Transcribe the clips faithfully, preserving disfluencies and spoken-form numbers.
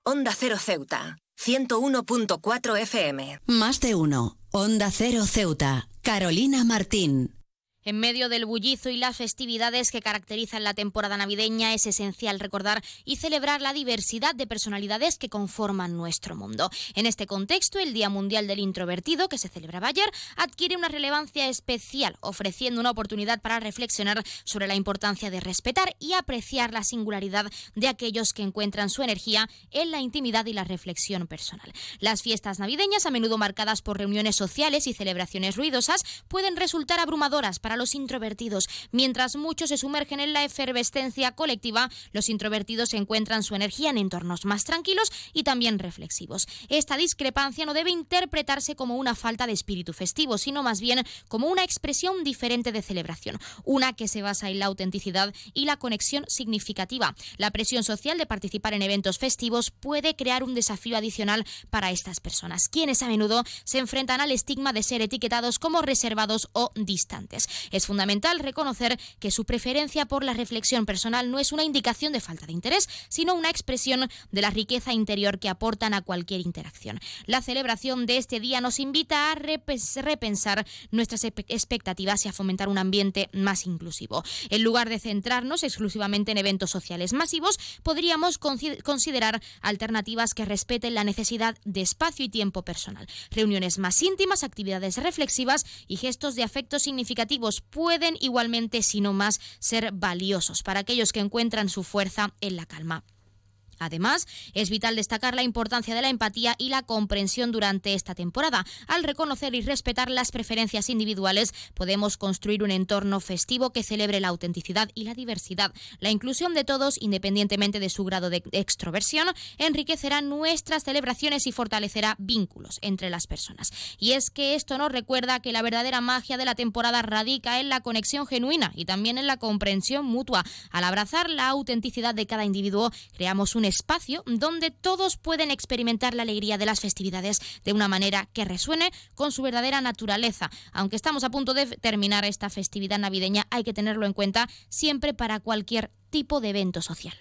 Onda Cero Ceuta, ciento uno punto cuatro F M. Más de uno. Onda Cero Ceuta. Carolina Martín. En medio del bullizo y las festividades que caracterizan la temporada navideña, es esencial recordar y celebrar la diversidad de personalidades que conforman nuestro mundo. En este contexto, el Día Mundial del Introvertido, que se celebraba ayer, adquiere una relevancia especial, ofreciendo una oportunidad para reflexionar sobre la importancia de respetar y apreciar la singularidad de aquellos que encuentran su energía en la intimidad y la reflexión personal. Las fiestas navideñas, a menudo marcadas por reuniones sociales y celebraciones ruidosas, pueden resultar abrumadoras para los introvertidos. Mientras muchos se sumergen en la efervescencia colectiva, los introvertidos encuentran su energía en entornos más tranquilos y también reflexivos. Esta discrepancia no debe interpretarse como una falta de espíritu festivo, sino más bien como una expresión diferente de celebración, una que se basa en la autenticidad y la conexión significativa. La presión social de participar en eventos festivos puede crear un desafío adicional para estas personas, quienes a menudo se enfrentan al estigma de ser etiquetados como reservados o distantes. Es fundamental reconocer que su preferencia por la reflexión personal no es una indicación de falta de interés, sino una expresión de la riqueza interior que aportan a cualquier interacción. La celebración de este día nos invita a repensar nuestras expectativas y a fomentar un ambiente más inclusivo. En lugar de centrarnos exclusivamente en eventos sociales masivos, podríamos considerar alternativas que respeten la necesidad de espacio y tiempo personal. Reuniones más íntimas, actividades reflexivas y gestos de afecto significativos pueden igualmente, si no más, ser valiosos para aquellos que encuentran su fuerza en la calma. Además, es vital destacar la importancia de la empatía y la comprensión durante esta temporada. Al reconocer y respetar las preferencias individuales, podemos construir un entorno festivo que celebre la autenticidad y la diversidad. La inclusión de todos, independientemente de su grado de extroversión, enriquecerá nuestras celebraciones y fortalecerá vínculos entre las personas. Y es que esto nos recuerda que la verdadera magia de la temporada radica en la conexión genuina y también en la comprensión mutua. Al abrazar la autenticidad de cada individuo, creamos un espacio donde todos pueden experimentar la alegría de las festividades de una manera que resuene con su verdadera naturaleza. Aunque estamos a punto de terminar esta festividad navideña, hay que tenerlo en cuenta siempre para cualquier tipo de evento social.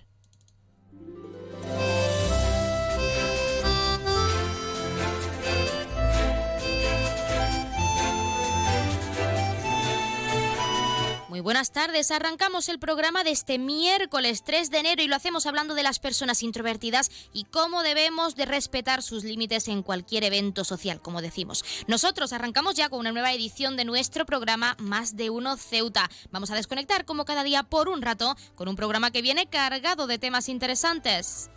Muy buenas tardes, arrancamos el programa de este miércoles tres de enero y lo hacemos hablando de las personas introvertidas y cómo debemos de respetar sus límites en cualquier evento social, como decimos. Nosotros arrancamos ya con una nueva edición de nuestro programa Más de Uno Ceuta. Vamos a desconectar como cada día por un rato con un programa que viene cargado de temas interesantes.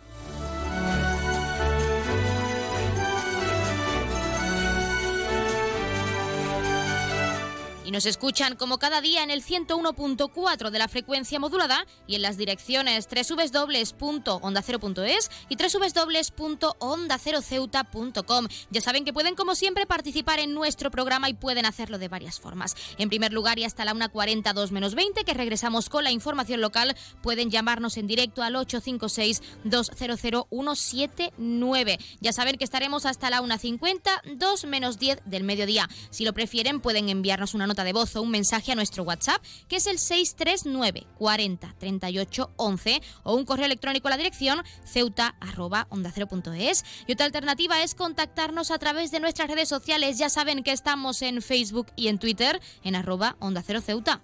Y nos escuchan como cada día en el ciento uno punto cuatro de la frecuencia modulada y en las direcciones doble u doble u doble u punto onda cero punto es y doble u doble u doble u punto onda cero ceuta punto com. Ya saben que pueden, como siempre, participar en nuestro programa y pueden hacerlo de varias formas. En primer lugar, y hasta la una cuarenta, dos menos veinte, que regresamos con la información local, pueden llamarnos en directo al ocho cinco seis, dos cero cero, uno siete nueve. Ya saben que estaremos hasta la una cincuenta, dos menos diez del mediodía. Si lo prefieren, pueden enviarnos una nota de voz o un mensaje a nuestro WhatsApp, que es el seis tres nueve, cuarenta, treinta y ocho, once, o un correo electrónico a la dirección ceuta arroba onda cero punto es. Y otra alternativa es contactarnos a través de nuestras redes sociales. Ya saben que estamos en Facebook y en Twitter en arroba onda cero ceuta.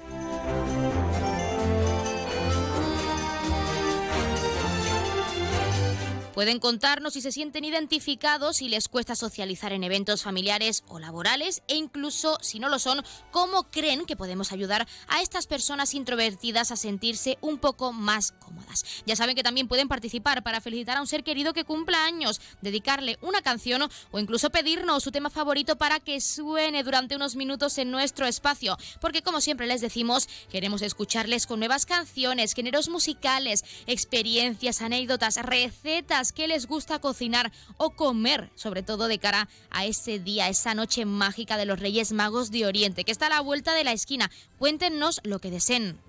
Pueden contarnos si se sienten identificados, si les cuesta socializar en eventos familiares o laborales e incluso, si no lo son, cómo creen que podemos ayudar a estas personas introvertidas a sentirse un poco más cómodas. Ya saben que también pueden participar para felicitar a un ser querido que cumpla años, dedicarle una canción o incluso pedirnos su tema favorito para que suene durante unos minutos en nuestro espacio. Porque, como siempre les decimos, queremos escucharles con nuevas canciones, géneros musicales, experiencias, anécdotas, recetas que les gusta cocinar o comer, sobre todo de cara a ese día, esa noche mágica de los Reyes Magos de Oriente, que está a la vuelta de la esquina. Cuéntenos lo que deseen.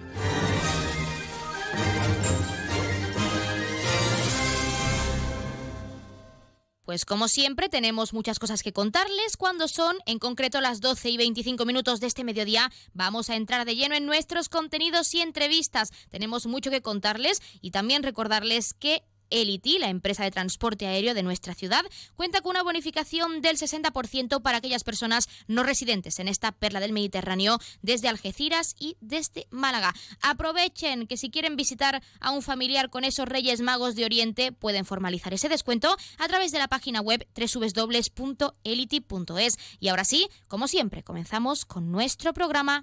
Pues como siempre tenemos muchas cosas que contarles. Cuando son en concreto las doce y veinticinco minutos de este mediodía, vamos a entrar de lleno en nuestros contenidos y entrevistas. Tenemos mucho que contarles y también recordarles que Elity, la empresa de transporte aéreo de nuestra ciudad, cuenta con una bonificación del sesenta por ciento para aquellas personas no residentes en esta perla del Mediterráneo desde Algeciras y desde Málaga. Aprovechen que si quieren visitar a un familiar con esos Reyes Magos de Oriente pueden formalizar ese descuento a través de la página web doble u doble u doble u punto elity punto es. Y ahora sí, como siempre, comenzamos con nuestro programa.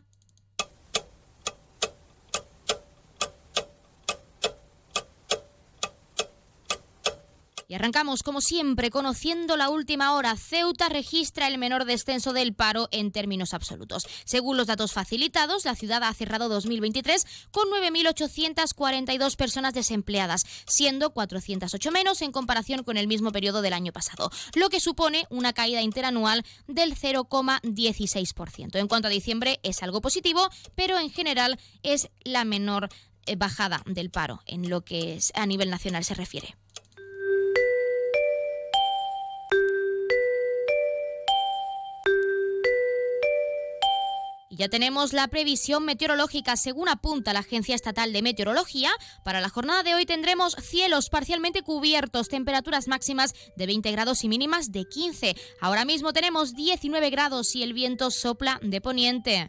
Y arrancamos, como siempre, conociendo la última hora. Ceuta registra el menor descenso del paro en términos absolutos. Según los datos facilitados, la ciudad ha cerrado dos mil veintitrés con nueve mil ochocientas cuarenta y dos personas desempleadas, siendo cuatrocientas ocho menos en comparación con el mismo periodo del año pasado, lo que supone una caída interanual del cero coma dieciséis por ciento. En cuanto a diciembre, es algo positivo, pero en general es la menor eh, bajada del paro en lo que es, a nivel nacional se refiere. Y ya tenemos la previsión meteorológica. Según apunta la Agencia Estatal de Meteorología, para la jornada de hoy tendremos cielos parcialmente cubiertos, temperaturas máximas de veinte grados y mínimas de quince. Ahora mismo tenemos diecinueve grados y el viento sopla de poniente.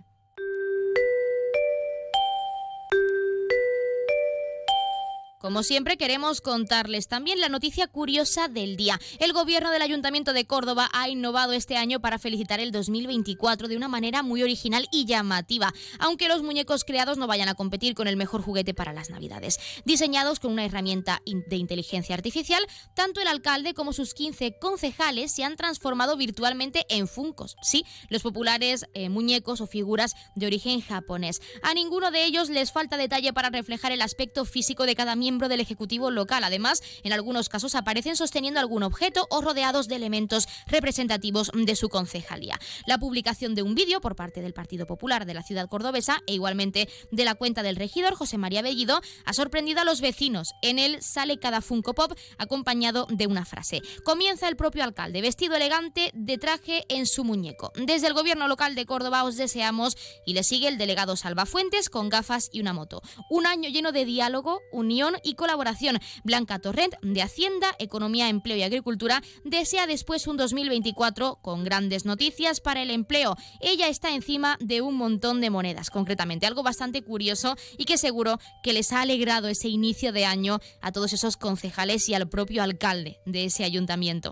Como siempre, queremos contarles también la noticia curiosa del día. El gobierno del Ayuntamiento de Córdoba ha innovado este año para felicitar el dos mil veinticuatro de una manera muy original y llamativa, aunque los muñecos creados no vayan a competir con el mejor juguete para las Navidades. Diseñados con una herramienta de inteligencia artificial, tanto el alcalde como sus quince concejales se han transformado virtualmente en funcos. Sí, los populares eh, muñecos o figuras de origen japonés. A ninguno de ellos les falta detalle para reflejar el aspecto físico de cada miembro del Ejecutivo local. Además, en algunos casos aparecen sosteniendo algún objeto o rodeados de elementos representativos de su concejalía. La publicación de un vídeo por parte del Partido Popular de la ciudad cordobesa e igualmente de la cuenta del regidor José María Bellido ha sorprendido a los vecinos. En él sale cada Funko Pop acompañado de una frase. Comienza el propio alcalde, vestido elegante de traje en su muñeco. Desde el gobierno local de Córdoba os deseamos, y le sigue el delegado Salva Fuentes con gafas y una moto. Un año lleno de diálogo, unión y colaboración. Blanca Torrent, de Hacienda, Economía, Empleo y Agricultura, desea después un dos mil veinticuatro con grandes noticias para el empleo. Ella está encima de un montón de monedas, concretamente, algo bastante curioso y que seguro que les ha alegrado ese inicio de año a todos esos concejales y al propio alcalde de ese ayuntamiento.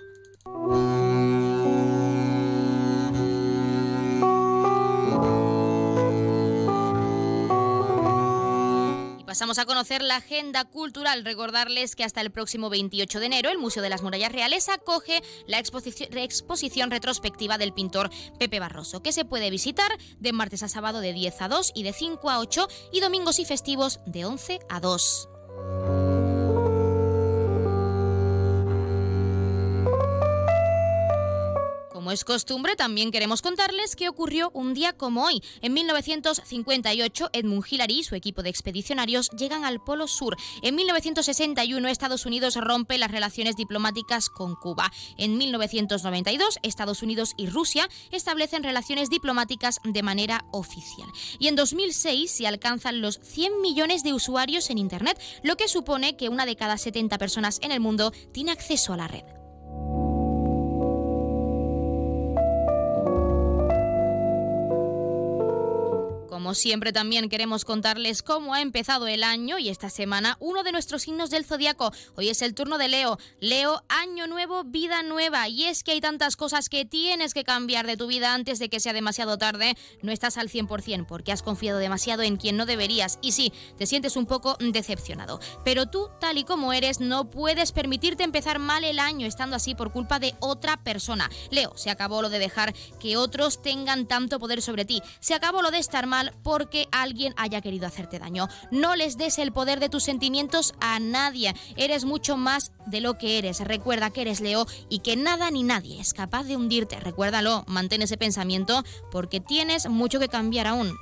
Pasamos a conocer la agenda cultural. Recordarles que hasta el próximo veintiocho de enero el Museo de las Murallas Reales acoge la exposición, la exposición retrospectiva del pintor Pepe Barroso, que se puede visitar de martes a sábado de diez a dos y de cinco a ocho y domingos y festivos de once a dos. Como es costumbre, también queremos contarles qué ocurrió un día como hoy. En mil novecientos cincuenta y ocho, Edmund Hillary y su equipo de expedicionarios llegan al Polo Sur. En mil novecientos sesenta y uno, Estados Unidos rompe las relaciones diplomáticas con Cuba. En mil novecientos noventa y dos, Estados Unidos y Rusia establecen relaciones diplomáticas de manera oficial. Y en dos mil seis se alcanzan los cien millones de usuarios en Internet, lo que supone que una de cada setenta personas en el mundo tiene acceso a la red. Como siempre, también queremos contarles cómo ha empezado el año y esta semana uno de nuestros signos del zodiaco. Hoy es el turno de Leo. Leo, año nuevo, vida nueva. Y es que hay tantas cosas que tienes que cambiar de tu vida antes de que sea demasiado tarde. No estás al cien por ciento porque has confiado demasiado en quien no deberías. Y sí, te sientes un poco decepcionado. Pero tú, tal y como eres, no puedes permitirte empezar mal el año estando así por culpa de otra persona. Leo, se acabó lo de dejar que otros tengan tanto poder sobre ti. Se acabó lo de estar mal porque alguien haya querido hacerte daño. No les des el poder de tus sentimientos a nadie. Eres mucho más de lo que eres. Recuerda que eres Leo y que nada ni nadie es capaz de hundirte. Recuérdalo, mantén ese pensamiento porque tienes mucho que cambiar aún.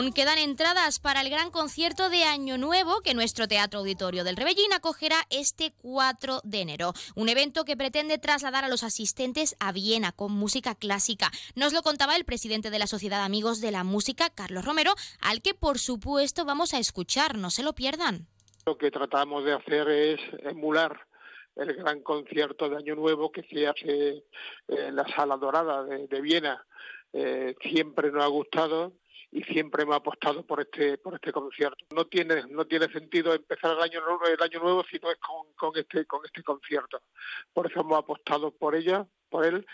Aún quedan entradas para el gran concierto de Año Nuevo que nuestro Teatro Auditorio del Rebellín acogerá este cuatro de enero. Un evento que pretende trasladar a los asistentes a Viena con música clásica. Nos lo contaba el presidente de la Sociedad Amigos de la Música, Carlos Romero, al que por supuesto vamos a escuchar. No se lo pierdan. Lo que tratamos de hacer es emular el gran concierto de Año Nuevo que se hace en la Sala Dorada de, de Viena. Eh, siempre nos ha gustado y siempre hemos apostado por este por este concierto. No tiene no tiene sentido empezar el año nuevo, el año nuevo si no es con, con este con este concierto. Por eso hemos apostado por ella, por él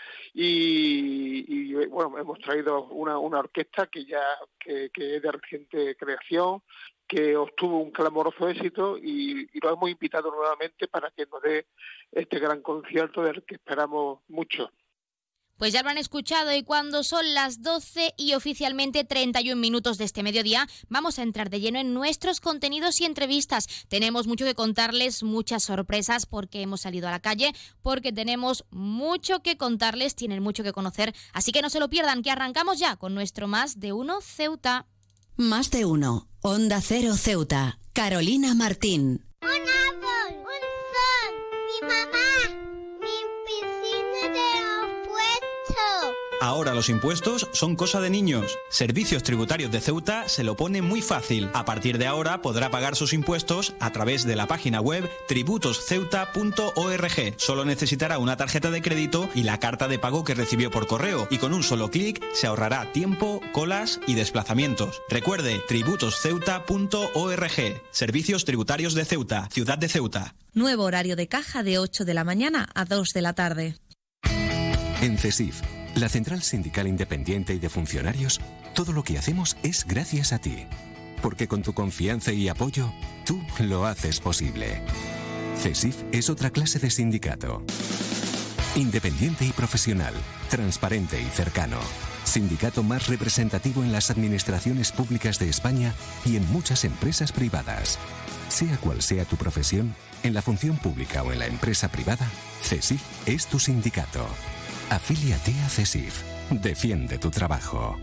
y, y bueno, hemos traído una, una orquesta que ya que, que es de reciente creación, que obtuvo un clamoroso éxito y, y lo hemos invitado nuevamente para que nos dé este gran concierto del que esperamos mucho. Pues ya lo han escuchado y cuando son las doce y oficialmente treinta y un minutos de este mediodía, vamos a entrar de lleno en nuestros contenidos y entrevistas. Tenemos mucho que contarles, muchas sorpresas porque hemos salido a la calle, porque tenemos mucho que contarles, tienen mucho que conocer, así que no se lo pierdan, que arrancamos ya con nuestro Más de Uno Ceuta. Más de Uno, Onda Cero Ceuta, Carolina Martín. Un árbol, un sol, mi mamá, mi piscina de los puestos. Ahora los impuestos son cosa de niños. Servicios Tributarios de Ceuta se lo pone muy fácil. A partir de ahora podrá pagar sus impuestos a través de la página web tributos ceuta punto org. Solo necesitará una tarjeta de crédito y la carta de pago que recibió por correo. Y con un solo clic se ahorrará tiempo, colas y desplazamientos. Recuerde, tributos ceuta punto org. Servicios Tributarios de Ceuta, Ciudad de Ceuta. Nuevo horario de caja de ocho de la mañana a dos de la tarde. En CESIF, la Central Sindical Independiente y de Funcionarios, todo lo que hacemos es gracias a ti. Porque con tu confianza y apoyo, tú lo haces posible. CESIF es otra clase de sindicato. Independiente y profesional, transparente y cercano. Sindicato más representativo en las administraciones públicas de España y en muchas empresas privadas. Sea cual sea tu profesión, en la función pública o en la empresa privada, CESIF es tu sindicato. Afíliate a CESIF. Defiende tu trabajo.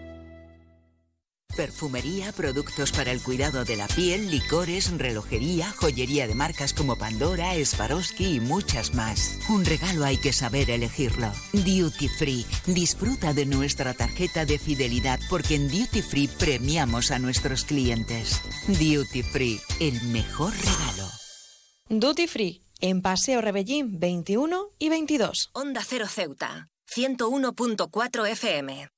Perfumería, productos para el cuidado de la piel, licores, relojería, joyería de marcas como Pandora, Swarovski y muchas más. Un regalo hay que saber elegirlo. Duty Free. Disfruta de nuestra tarjeta de fidelidad porque en Duty Free premiamos a nuestros clientes. Duty Free, el mejor regalo. Duty Free, en Paseo Rebellín veintiuno y veintidós. Onda Cero Ceuta, ciento uno punto cuatro F M.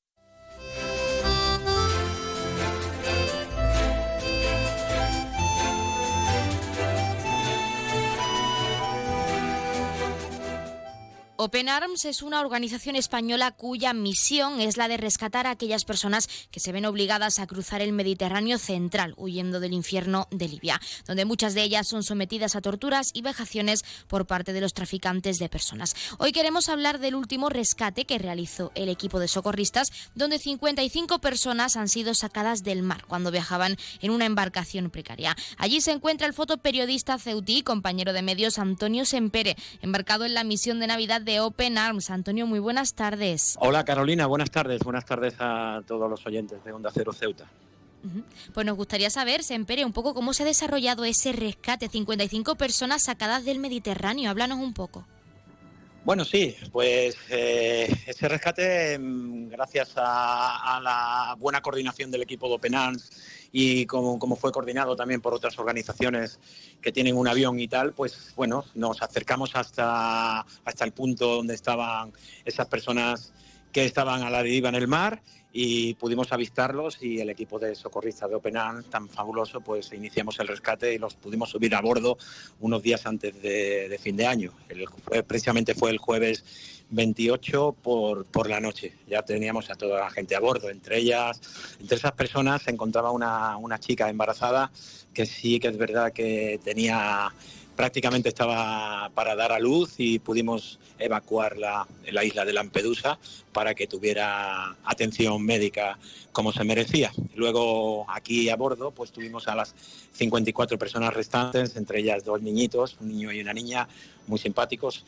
Open Arms es una organización española cuya misión es la de rescatar a aquellas personas que se ven obligadas a cruzar el Mediterráneo central, huyendo del infierno de Libia, donde muchas de ellas son sometidas a torturas y vejaciones por parte de los traficantes de personas. Hoy queremos hablar del último rescate que realizó el equipo de socorristas, donde cincuenta y cinco personas han sido sacadas del mar cuando viajaban en una embarcación precaria. Allí se encuentra el fotoperiodista ceutí, compañero de medios Antonio Sempere, embarcado en la misión de Navidad de Open Arms. Antonio, muy buenas tardes. Hola Carolina, buenas tardes. Buenas tardes a todos los oyentes de Onda Cero Ceuta. Uh-huh. Pues nos gustaría saber, Sempere, un poco cómo se ha desarrollado ese rescate. cincuenta y cinco personas sacadas del Mediterráneo. Háblanos un poco. Bueno, sí, pues eh, ese rescate, gracias a, a la buena coordinación del equipo de Open Arms y como, como fue coordinado también por otras organizaciones que tienen un avión y tal, pues bueno, nos acercamos hasta, hasta el punto donde estaban esas personas que estaban a la deriva en el mar y pudimos avistarlos y el equipo de socorristas de Open Arms, tan fabuloso, pues iniciamos el rescate y los pudimos subir a bordo unos días antes de, de fin de año. El, precisamente fue el jueves veintiocho por, por la noche. Ya teníamos a toda la gente a bordo, entre ellas, entre esas personas se encontraba una, una chica embarazada que sí que es verdad que tenía... prácticamente estaba para dar a luz y pudimos evacuarla en la isla de Lampedusa para que tuviera atención médica como se merecía. Luego aquí a bordo pues tuvimos a las cincuenta y cuatro personas restantes, entre ellas dos niñitos, un niño y una niña, muy simpáticos,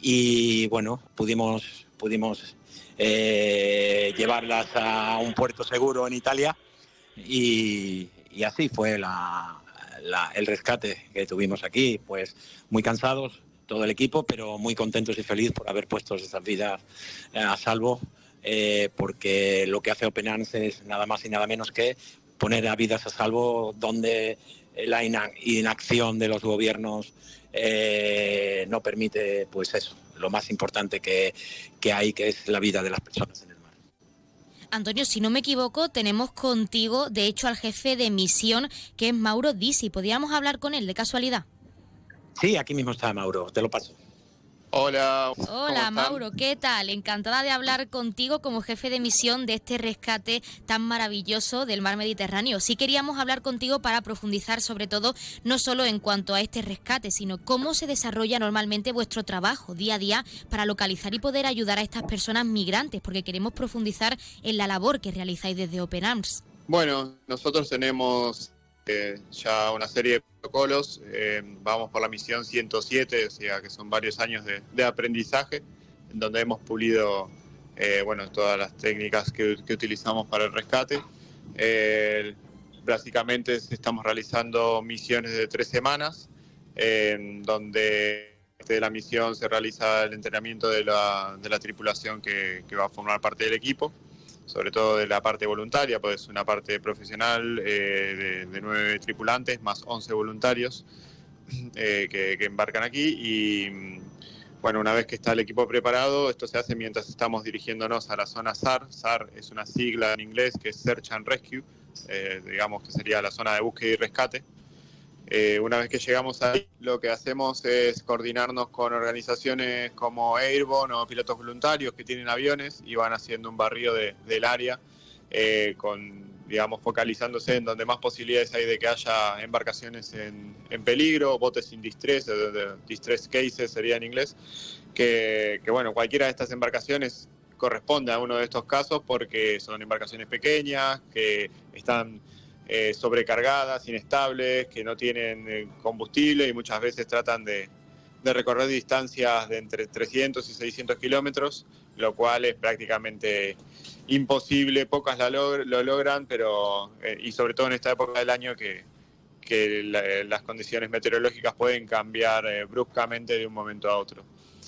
y bueno, pudimos, pudimos eh, llevarlas a un puerto seguro en Italia y, y así fue la, la, el rescate que tuvimos aquí, pues muy cansados todo el equipo, pero muy contentos y felices por haber puesto esas vidas a salvo, eh, porque lo que hace Open Arms es nada más y nada menos que poner a vidas a salvo donde la inacción de los gobiernos eh, no permite, pues eso, lo más importante que, que hay, que es la vida de las personas en el mar. Antonio, si no me equivoco, tenemos contigo, de hecho, al jefe de misión, que es Mauro Disi. ¿Podríamos hablar con él, de casualidad? Sí, aquí mismo está Mauro, te lo paso. Hola. Hola, Mauro, ¿qué tal? Encantada de hablar contigo como jefe de misión de este rescate tan maravilloso del mar Mediterráneo. Sí queríamos hablar contigo para profundizar sobre todo, no solo en cuanto a este rescate, sino cómo se desarrolla normalmente vuestro trabajo día a día para localizar y poder ayudar a estas personas migrantes, porque queremos profundizar en la labor que realizáis desde Open Arms. Bueno, nosotros tenemos eh, ya una serie de protocolos, eh, vamos por la misión ciento siete, o sea que son varios años de, de aprendizaje, en donde hemos pulido eh, bueno, todas las técnicas que, que utilizamos para el rescate. Eh, básicamente estamos realizando misiones de tres semanas, eh, donde de la misión se realiza el entrenamiento de la, de la tripulación que, que va a formar parte del equipo, sobre todo de la parte voluntaria, pues una parte profesional eh, de, de nueve tripulantes más once voluntarios eh, que, que embarcan aquí. Y bueno, una vez que está el equipo preparado, esto se hace mientras estamos dirigiéndonos a la zona S A R. S A R es una sigla en inglés que es Search and Rescue, eh, digamos que sería la zona de búsqueda y rescate. Eh, una vez que llegamos ahí, lo que hacemos es coordinarnos con organizaciones como Airborne o pilotos voluntarios que tienen aviones y van haciendo un barrido de, del área, eh, con, digamos, focalizándose en donde más posibilidades hay de que haya embarcaciones en, en peligro, botes in distress, de, de, distress cases sería en inglés, que, que bueno, cualquiera de estas embarcaciones corresponde a uno de estos casos porque son embarcaciones pequeñas, que están Eh, sobrecargadas, inestables, que no tienen eh, combustible y muchas veces tratan de, de recorrer distancias de entre trescientos y seiscientos kilómetros, lo cual es prácticamente imposible, pocas la log- lo logran, pero eh, y sobre todo en esta época del año que, que la, las condiciones meteorológicas pueden cambiar eh, bruscamente de un momento a otro.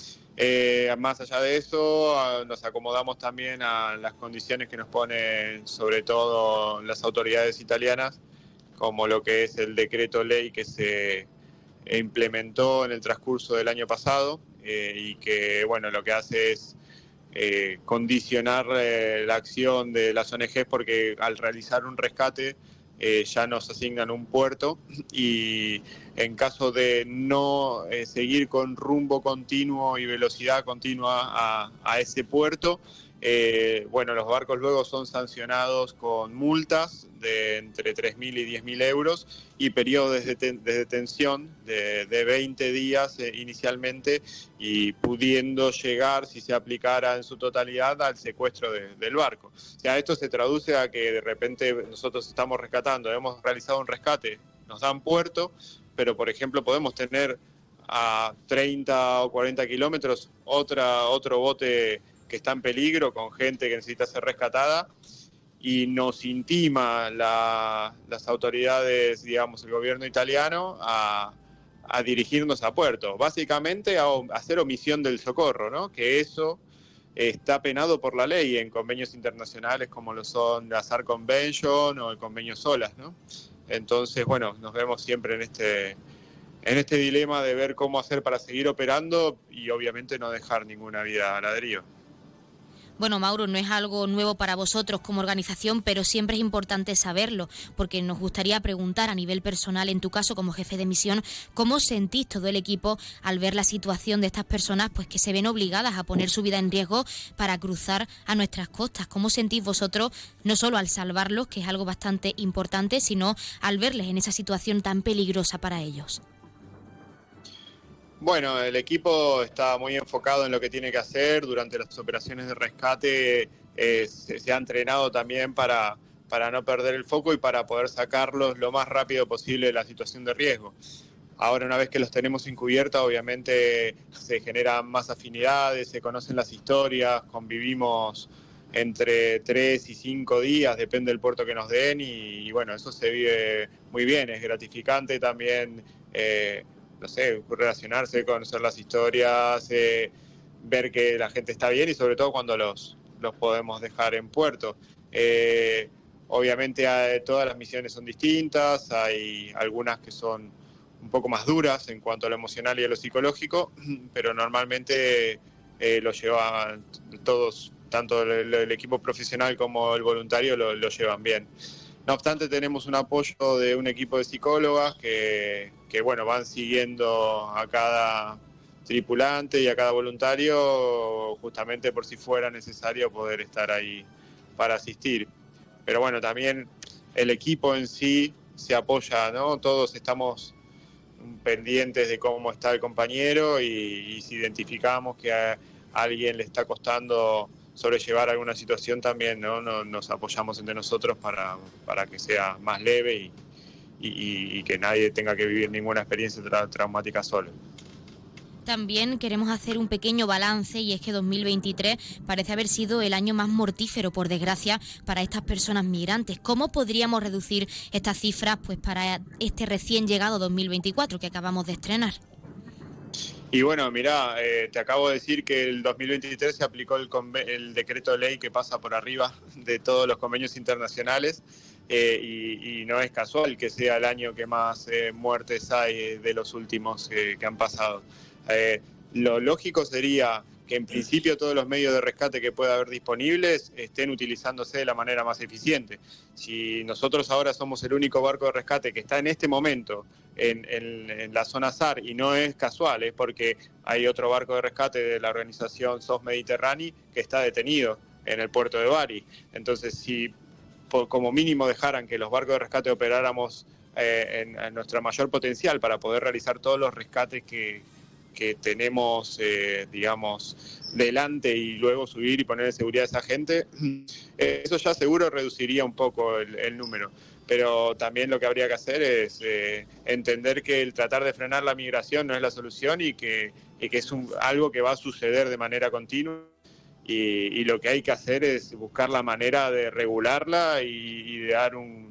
Eh, más allá de eso, nos acomodamos también a las condiciones que nos ponen sobre todo las autoridades italianas, como lo que es el decreto ley que se implementó en el transcurso del año pasado eh, y que bueno, lo que hace es eh, condicionar eh, la acción de las O N Ges, porque al realizar un rescate Eh, ya nos asignan un puerto y en caso de no eh, seguir con rumbo continuo y velocidad continua a, a ese puerto, eh, bueno, los barcos luego son sancionados con multas de entre tres mil y diez mil euros y periodos de, deten- de detención de, de veinte días eh, inicialmente, y pudiendo llegar, si se aplicara en su totalidad, al secuestro de, del barco. O sea, esto se traduce a que de repente nosotros estamos rescatando, hemos realizado un rescate, nos dan puerto, pero por ejemplo podemos tener a treinta o cuarenta kilómetros otra, otro bote que está en peligro, con gente que necesita ser rescatada, y nos intima la, las autoridades, digamos, el gobierno italiano, a, a dirigirnos a puerto. Básicamente a, a hacer omisión del socorro, ¿no? Que eso está penado por la ley en convenios internacionales como lo son la S A R Convention o el convenio SOLAS, ¿no? Entonces, bueno, nos vemos siempre en este, en este dilema de ver cómo hacer para seguir operando y obviamente no dejar ninguna vida a la deriva. Bueno, Mauro, no es algo nuevo para vosotros como organización, pero siempre es importante saberlo, porque nos gustaría preguntar a nivel personal, en tu caso como jefe de misión, ¿cómo sentís todo el equipo al ver la situación de estas personas pues que se ven obligadas a poner su vida en riesgo para cruzar a nuestras costas? ¿Cómo sentís vosotros, no solo al salvarlos, que es algo bastante importante, sino al verles en esa situación tan peligrosa para ellos? Bueno, el equipo está muy enfocado en lo que tiene que hacer. Durante las operaciones de rescate eh, se, se ha entrenado también para, para no perder el foco y para poder sacarlos lo más rápido posible de la situación de riesgo. Ahora, una vez que los tenemos en cubierta, obviamente se generan más afinidades, se conocen las historias, convivimos entre tres y cinco días, depende del puerto que nos den, y, y bueno, eso se vive muy bien, es gratificante también, eh, no sé, relacionarse, conocer las historias, eh, ver que la gente está bien y sobre todo cuando los, los podemos dejar en puerto. Eh, obviamente hay, todas las misiones son distintas, hay algunas que son un poco más duras en cuanto a lo emocional y a lo psicológico, pero normalmente eh, lo llevan todos, tanto el, el equipo profesional como el voluntario lo, lo llevan bien. No obstante, tenemos un apoyo de un equipo de psicólogas que, que bueno, van siguiendo a cada tripulante y a cada voluntario justamente por si fuera necesario poder estar ahí para asistir. Pero bueno, también el equipo en sí se apoya, ¿no? Todos estamos pendientes de cómo está el compañero y, y si identificamos que a alguien le está costando sobrellevar alguna situación también, ¿no? Nos, nos apoyamos entre nosotros para, para que sea más leve y, y, y que nadie tenga que vivir ninguna experiencia tra- traumática solo. También queremos hacer un pequeño balance y es que dos mil veintitrés parece haber sido el año más mortífero, por desgracia, para estas personas migrantes. ¿Cómo podríamos reducir estas cifras pues para este recién llegado dos mil veinticuatro que acabamos de estrenar? Y bueno, mirá, eh, te acabo de decir que el dos mil veintitrés se aplicó el, conven- el decreto de ley que pasa por arriba de todos los convenios internacionales eh, y, y no es casual que sea el año que más eh, muertes hay de los últimos eh, que han pasado. Eh, lo lógico sería que en principio todos los medios de rescate que pueda haber disponibles estén utilizándose de la manera más eficiente. Si nosotros ahora somos el único barco de rescate que está en este momento en, en, en la zona S A R, y no es casual, es porque hay otro barco de rescate de la organización S O S Mediterráneo que está detenido en el puerto de Bari. Entonces, si por, como mínimo dejaran que los barcos de rescate operáramos eh, en, en nuestro mayor potencial para poder realizar todos los rescates que que tenemos, eh, digamos, delante y luego subir y poner en seguridad a esa gente, eh, eso ya seguro reduciría un poco el, el número. Pero también lo que habría que hacer es eh, entender que el tratar de frenar la migración no es la solución y que, y que es un, algo que va a suceder de manera continua y, y lo que hay que hacer es buscar la manera de regularla y, y de dar un,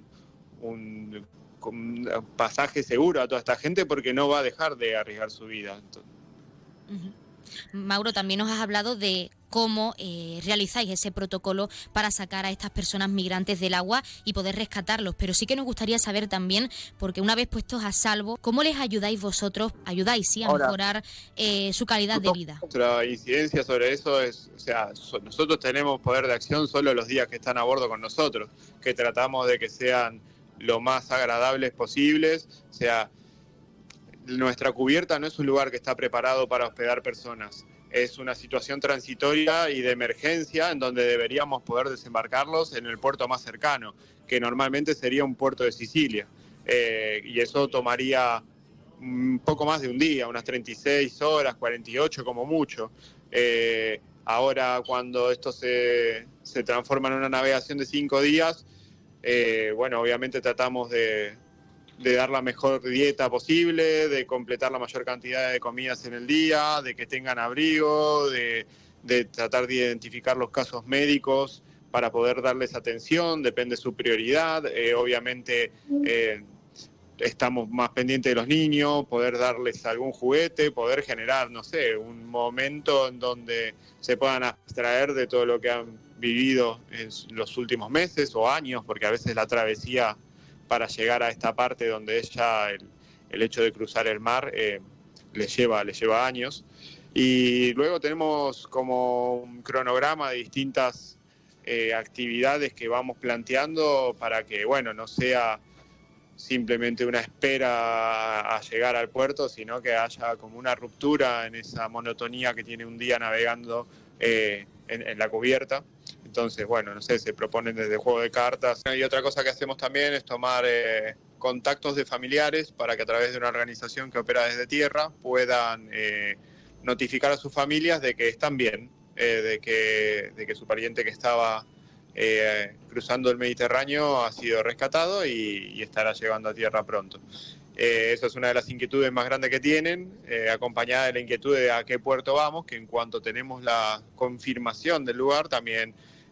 un, un pasaje seguro a toda esta gente porque no va a dejar de arriesgar su vida. Entonces, Uh-huh. Mauro, también nos has hablado de cómo eh, realizáis ese protocolo para sacar a estas personas migrantes del agua y poder rescatarlos, pero sí que nos gustaría saber también, porque una vez puestos a salvo, ¿cómo les ayudáis vosotros, ayudáis sí, a Ahora, mejorar eh, su calidad de vida? Nuestra incidencia sobre eso es, o sea, so, nosotros tenemos poder de acción solo los días que están a bordo con nosotros, que tratamos de que sean lo más agradables posibles, o sea, nuestra cubierta no es un lugar que está preparado para hospedar personas, es una situación transitoria y de emergencia en donde deberíamos poder desembarcarlos en el puerto más cercano, que normalmente sería un puerto de Sicilia, eh, y eso tomaría un poco más de un día, unas treinta y seis horas, cuarenta y ocho como mucho. Eh, ahora cuando esto se, se transforma en una navegación de cinco días, eh, bueno, obviamente tratamos de... de dar la mejor dieta posible, de completar la mayor cantidad de comidas en el día, de que tengan abrigo, de, de tratar de identificar los casos médicos para poder darles atención, depende de su prioridad. Eh, obviamente eh, estamos más pendientes de los niños, poder darles algún juguete, poder generar, no sé, un momento en donde se puedan abstraer de todo lo que han vivido en los últimos meses o años, porque a veces la travesía para llegar a esta parte donde ella, el, el hecho de cruzar el mar, eh, les lleva, les lleva años. Y luego tenemos como un cronograma de distintas eh, actividades que vamos planteando para que, bueno, no sea simplemente una espera a llegar al puerto, sino que haya como una ruptura en esa monotonía que tiene un día navegando eh, en, en la cubierta. Entonces, bueno, no sé, se proponen desde juego de cartas. Y otra cosa que hacemos también es tomar eh, contactos de familiares para que a través de una organización que opera desde tierra puedan eh, notificar a sus familias de que están bien, eh, de, que, de que su pariente que estaba eh, cruzando el Mediterráneo ha sido rescatado y, y estará llegando a tierra pronto. Eh, esa es una de las inquietudes más grandes que tienen, eh, acompañada de la inquietud de a qué puerto vamos, que en cuanto tenemos la confirmación del lugar también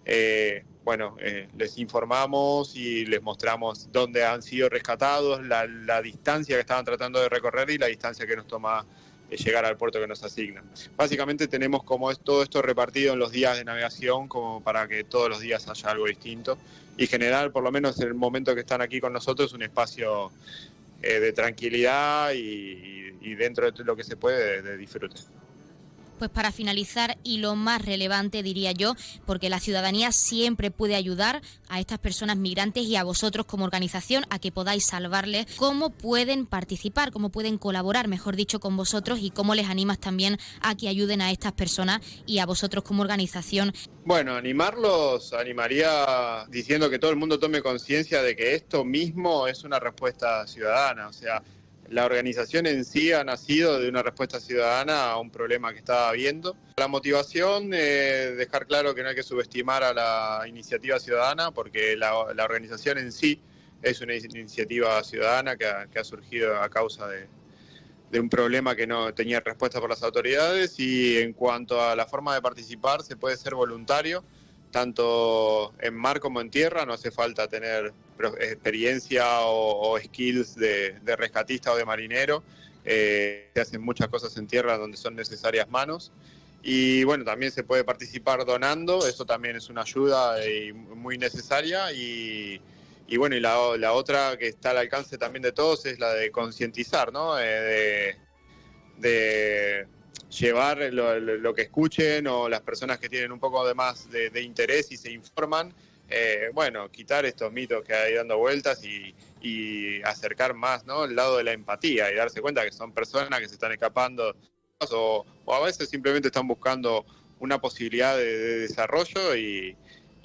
eh, bueno, eh, les informamos y les mostramos dónde han sido rescatados, la, la distancia que estaban tratando de recorrer y la distancia que nos toma eh, llegar al puerto que nos asignan. Básicamente tenemos como es, todo esto repartido en los días de navegación como para que todos los días haya algo distinto y generar, por lo menos en el momento que están aquí con nosotros, un espacio eh, de tranquilidad y, y, y dentro de lo que se puede de, de disfrute. Pues para finalizar, y lo más relevante diría yo, porque la ciudadanía siempre puede ayudar a estas personas migrantes y a vosotros como organización a que podáis salvarles, cómo pueden participar, cómo pueden colaborar, mejor dicho, con vosotros y cómo les animas también a que ayuden a estas personas y a vosotros como organización. Bueno, animarlos, animaría diciendo que todo el mundo tome conciencia de que esto mismo es una respuesta ciudadana, o sea, la organización en sí ha nacido de una respuesta ciudadana a un problema que estaba habiendo. La motivación, eh, dejar claro que no hay que subestimar a la iniciativa ciudadana, porque la, la organización en sí es una iniciativa ciudadana que ha, que ha surgido a causa de, de un problema que no tenía respuesta por las autoridades. Y en cuanto a la forma de participar, se puede ser voluntario, tanto en mar como en tierra, no hace falta tener experiencia o, o skills de, de rescatista o de marinero, eh, se hacen muchas cosas en tierra donde son necesarias manos y bueno, también se puede participar donando, eso también es una ayuda y muy necesaria y, y bueno, y la, la otra que está al alcance también de todos es la de concientizar, ¿no? Eh, de, de llevar lo, lo que escuchen o las personas que tienen un poco de más de, de interés y se informan, eh, bueno, quitar estos mitos que hay dando vueltas y, y acercar más, ¿no?, el lado de la empatía y darse cuenta que son personas que se están escapando o, o a veces simplemente están buscando una posibilidad de, de desarrollo y,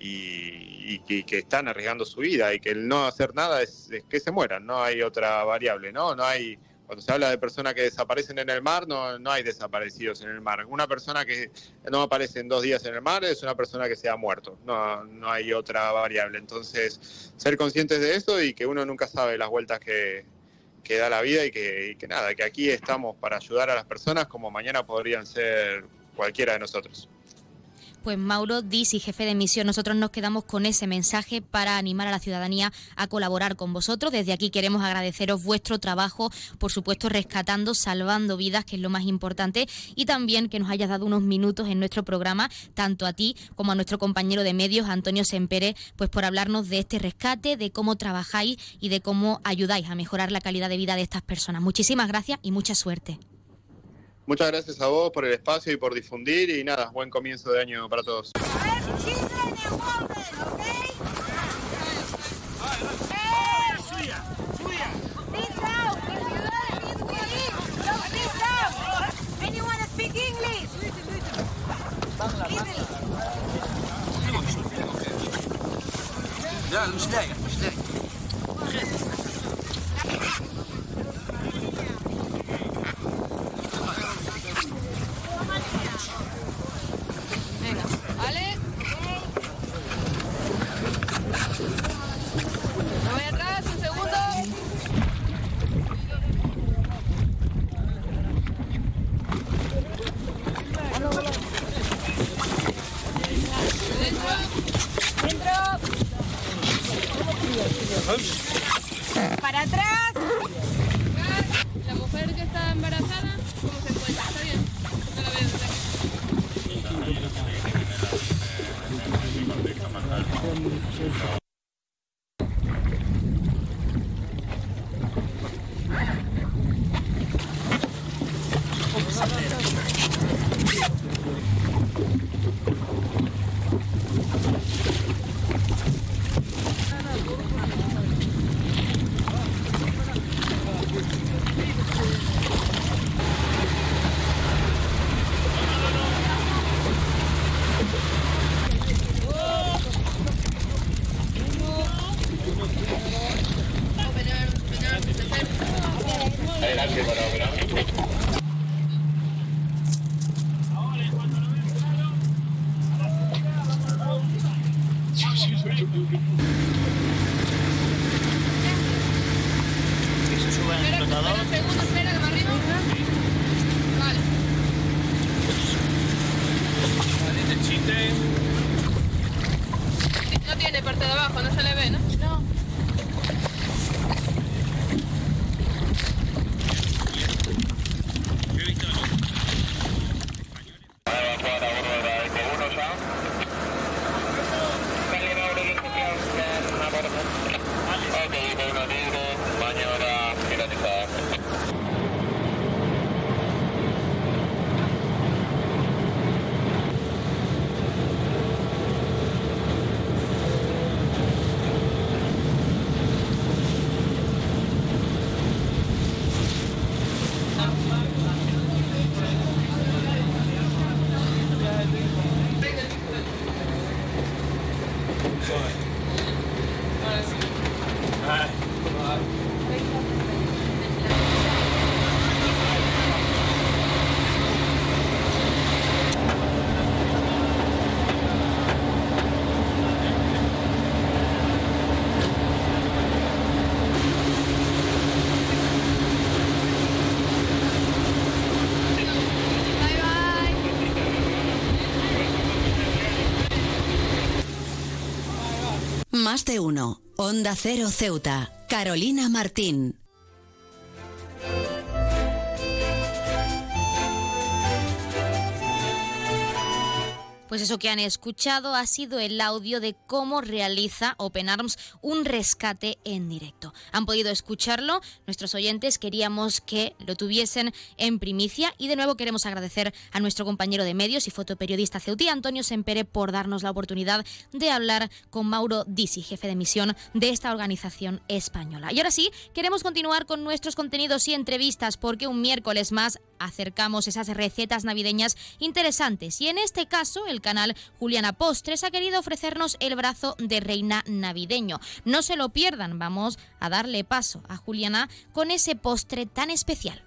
y, y que están arriesgando su vida y que el no hacer nada es, es que se mueran, no hay otra variable, ¿no? No hay... Cuando se habla de personas que desaparecen en el mar, no, no hay desaparecidos en el mar. Una persona que no aparece en dos días en el mar es una persona que se ha muerto. No, no hay otra variable. Entonces, ser conscientes de eso y que uno nunca sabe las vueltas que, que da la vida y que, y que nada, que aquí estamos para ayudar a las personas como mañana podrían ser cualquiera de nosotros. Pues Mauro Diz y jefe de misión, nosotros nos quedamos con ese mensaje para animar a la ciudadanía a colaborar con vosotros. Desde aquí queremos agradeceros vuestro trabajo, por supuesto rescatando, salvando vidas, que es lo más importante, y también que nos hayas dado unos minutos en nuestro programa, tanto a ti como a nuestro compañero de medios, Antonio Sempere, pues por hablarnos de este rescate, de cómo trabajáis y de cómo ayudáis a mejorar la calidad de vida de estas personas. Muchísimas gracias y mucha suerte. Muchas gracias a vos por el espacio y por difundir y nada, buen comienzo de año para todos. Para atrás. La mujer que está embarazada, ¿cómo se encuentra? ¿Está bien? No la veo. Más de uno. Onda Cero Ceuta. Carolina Martín. Pues eso que han escuchado ha sido el audio de cómo realiza Open Arms un rescate en directo. Han podido escucharlo, nuestros oyentes queríamos que lo tuviesen en primicia y de nuevo queremos agradecer a nuestro compañero de medios y fotoperiodista ceutí, Antonio Sempere, por darnos la oportunidad de hablar con Mauro Disi, jefe de misión de esta organización española. Y ahora sí, queremos continuar con nuestros contenidos y entrevistas porque un miércoles más acercamos esas recetas navideñas interesantes y en este caso el canal Juliana Postres ha querido ofrecernos el brazo de reina navideño. No se lo pierdan, vamos a darle paso a Juliana con ese postre tan especial.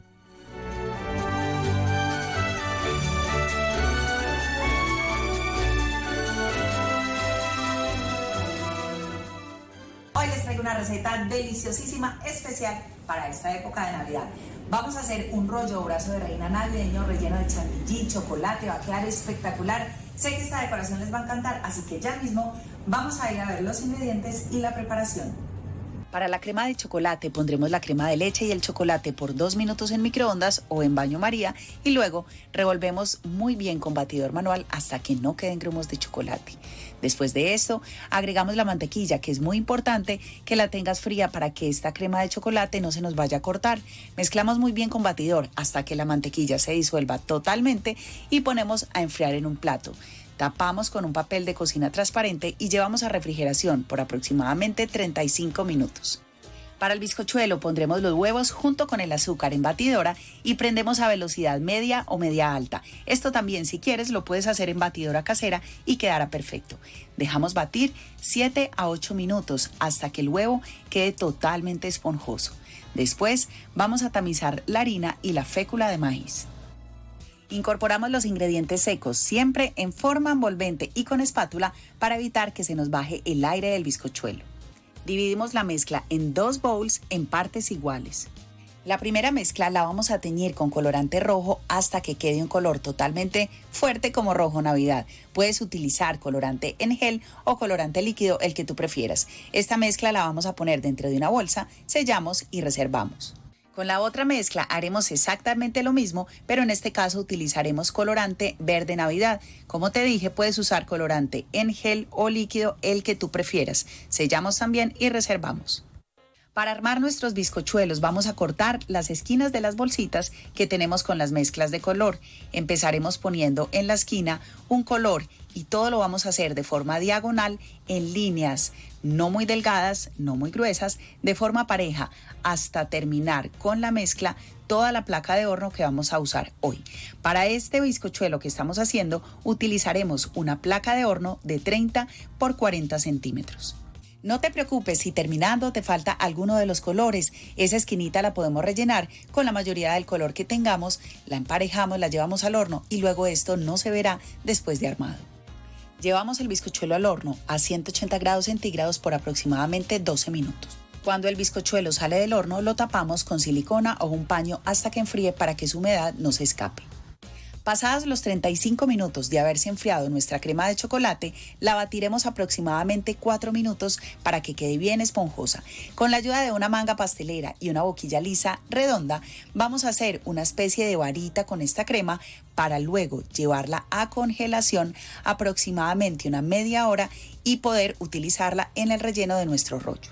Hoy les traigo una receta deliciosísima, especial para esta época de Navidad. Vamos a hacer un rollo o brazo de reina navideño relleno de chantilly, chocolate, va a quedar espectacular. Sé que esta decoración les va a encantar, así que ya mismo vamos a ir a ver los ingredientes y la preparación. Para la crema de chocolate pondremos la crema de leche y el chocolate por dos minutos en microondas o en baño María y luego revolvemos muy bien con batidor manual hasta que no queden grumos de chocolate. Después de esto agregamos la mantequilla, que es muy importante que la tengas fría para que esta crema de chocolate no se nos vaya a cortar. Mezclamos muy bien con batidor hasta que la mantequilla se disuelva totalmente y ponemos a enfriar en un plato. Tapamos con un papel de cocina transparente y llevamos a refrigeración por aproximadamente treinta y cinco minutos. Para el bizcochuelo pondremos los huevos junto con el azúcar en batidora y prendemos a velocidad media o media alta. Esto también, si quieres, lo puedes hacer en batidora casera y quedará perfecto. Dejamos batir siete a ocho minutos hasta que el huevo quede totalmente esponjoso. Después vamos a tamizar la harina y la fécula de maíz. Incorporamos los ingredientes secos, siempre en forma envolvente y con espátula para evitar que se nos baje el aire del bizcochuelo. Dividimos la mezcla en dos bowls en partes iguales. La primera mezcla la vamos a teñir con colorante rojo hasta que quede un color totalmente fuerte como rojo Navidad. Puedes utilizar colorante en gel o colorante líquido, el que tú prefieras. Esta mezcla la vamos a poner dentro de una bolsa, sellamos y reservamos. Con la otra mezcla haremos exactamente lo mismo, pero en este caso utilizaremos colorante verde Navidad. Como te dije, puedes usar colorante en gel o líquido, el que tú prefieras. Sellamos también y reservamos. Para armar nuestros bizcochuelos vamos a cortar las esquinas de las bolsitas que tenemos con las mezclas de color. Empezaremos poniendo en la esquina un color y todo lo vamos a hacer de forma diagonal en líneas no muy delgadas, no muy gruesas, de forma pareja hasta terminar con la mezcla toda la placa de horno que vamos a usar hoy. Para este bizcochuelo que estamos haciendo utilizaremos una placa de horno de treinta por cuarenta centímetros. No te preocupes si terminando te falta alguno de los colores. Esa esquinita la podemos rellenar con la mayoría del color que tengamos, la emparejamos, la llevamos al horno y luego esto no se verá después de armado. Llevamos el bizcochuelo al horno a ciento ochenta grados centígrados por aproximadamente doce minutos. Cuando el bizcochuelo sale del horno lo tapamos con silicona o un paño hasta que enfríe para que su humedad no se escape. Pasados los treinta y cinco minutos de haberse enfriado nuestra crema de chocolate, la batiremos aproximadamente cuatro minutos para que quede bien esponjosa. Con la ayuda de una manga pastelera y una boquilla lisa redonda, vamos a hacer una especie de varita con esta crema para luego llevarla a congelación aproximadamente una media hora y poder utilizarla en el relleno de nuestro rollo.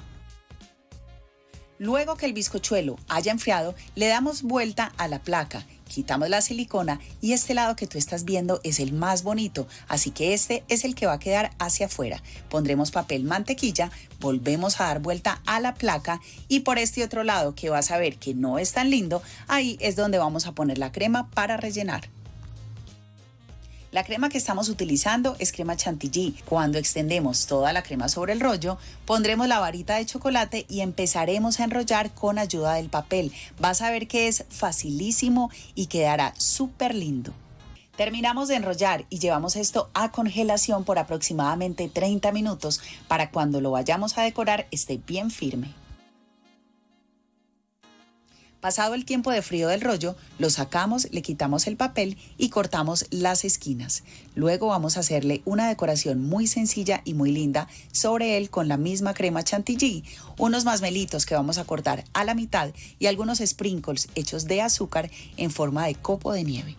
Luego que el bizcochuelo haya enfriado, le damos vuelta a la placa. Quitamos la silicona y este lado que tú estás viendo es el más bonito, así que este es el que va a quedar hacia afuera. Pondremos papel mantequilla, volvemos a dar vuelta a la placa y por este otro lado que vas a ver que no es tan lindo, ahí es donde vamos a poner la crema para rellenar. La crema que estamos utilizando es crema chantilly. Cuando extendemos toda la crema sobre el rollo, pondremos la varita de chocolate y empezaremos a enrollar con ayuda del papel. Vas a ver que es facilísimo y quedará súper lindo. Terminamos de enrollar y llevamos esto a congelación por aproximadamente treinta minutos para cuando lo vayamos a decorar esté bien firme. Pasado el tiempo de frío del rollo, lo sacamos, le quitamos el papel y cortamos las esquinas. Luego vamos a hacerle una decoración muy sencilla y muy linda sobre él con la misma crema chantilly, unos masmelitos que vamos a cortar a la mitad y algunos sprinkles hechos de azúcar en forma de copo de nieve.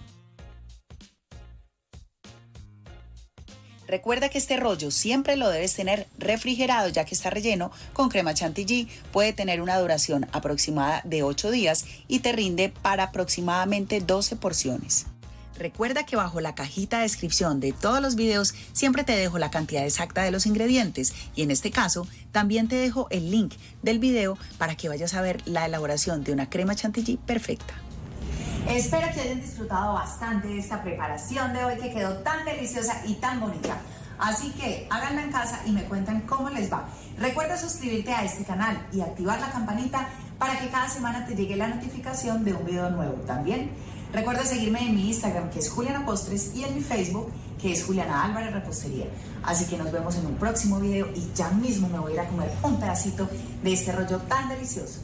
Recuerda que este rollo siempre lo debes tener refrigerado, ya que está relleno con crema chantilly. Puede tener una duración aproximada de ocho días y te rinde para aproximadamente doce porciones. Recuerda que bajo la cajita de descripción de todos los videos siempre te dejo la cantidad exacta de los ingredientes y en este caso también te dejo el link del video para que vayas a ver la elaboración de una crema chantilly perfecta. Espero que hayan disfrutado bastante de esta preparación de hoy que quedó tan deliciosa y tan bonita. Así que háganla en casa y me cuentan cómo les va. Recuerda suscribirte a este canal y activar la campanita para que cada semana te llegue la notificación de un video nuevo. También recuerda seguirme en mi Instagram, que es Juliana Postres, y en mi Facebook, que es Juliana Álvarez Repostería. Así que nos vemos en un próximo video y ya mismo me voy a ir a comer un pedacito de este rollo tan delicioso.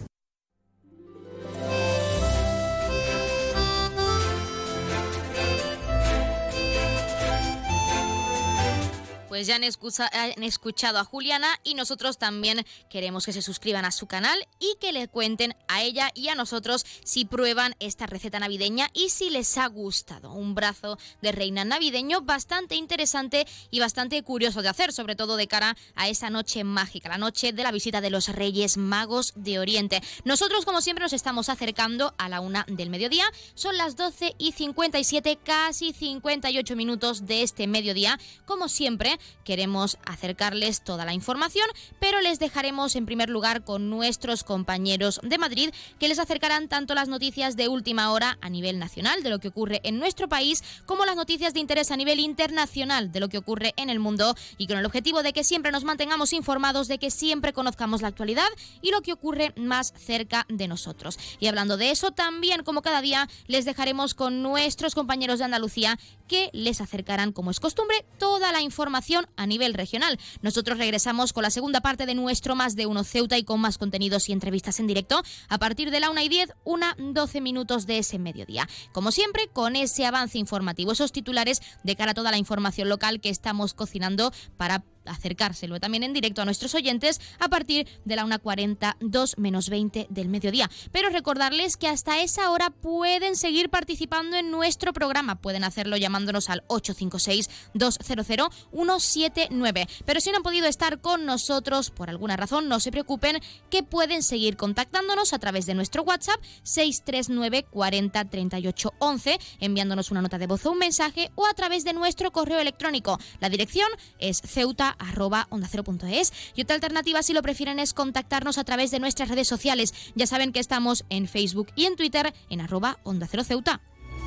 Pues ya han, escucha, han escuchado a Juliana y nosotros también queremos que se suscriban a su canal y que le cuenten a ella y a nosotros si prueban esta receta navideña y si les ha gustado. Un brazo de reina navideño bastante interesante y bastante curioso de hacer, sobre todo de cara a esa noche mágica, la noche de la visita de los Reyes Magos de Oriente. Nosotros, como siempre, nos estamos acercando a la una del mediodía. Son las doce y cincuenta y siete, casi cincuenta y ocho minutos de este mediodía. Como siempre, queremos acercarles toda la información, pero les dejaremos en primer lugar con nuestros compañeros de Madrid, que les acercarán tanto las noticias de última hora a nivel nacional de lo que ocurre en nuestro país, como las noticias de interés a nivel internacional de lo que ocurre en el mundo, y con el objetivo de que siempre nos mantengamos informados, de que siempre conozcamos la actualidad y lo que ocurre más cerca de nosotros. Y hablando de eso, también como cada día les dejaremos con nuestros compañeros de Andalucía, que les acercarán, como es costumbre, toda la información a nivel regional. Nosotros regresamos con la segunda parte de nuestro Más de Uno Ceuta y con más contenidos y entrevistas en directo a partir de la una y diez, una doce minutos de ese mediodía. Como siempre, con ese avance informativo, esos titulares de cara a toda la información local que estamos cocinando para acercárselo también en directo a nuestros oyentes a partir de la una cuarenta, dos menos veinte del mediodía. Pero recordarles que hasta esa hora pueden seguir participando en nuestro programa. Pueden hacerlo llamándonos al ocho cinco seis, dos cero cero, uno siete nueve. Pero si no han podido estar con nosotros por alguna razón, no se preocupen, que pueden seguir contactándonos a través de nuestro WhatsApp seis tres nueve, cuarenta, treinta y ocho, once, enviándonos una nota de voz o un mensaje, o a través de nuestro correo electrónico. La dirección es ceuta arroba onda cero punto es, y otra alternativa, si lo prefieren, es contactarnos a través de nuestras redes sociales. Ya saben que estamos en Facebook y en Twitter en arroba onda cero ceuta.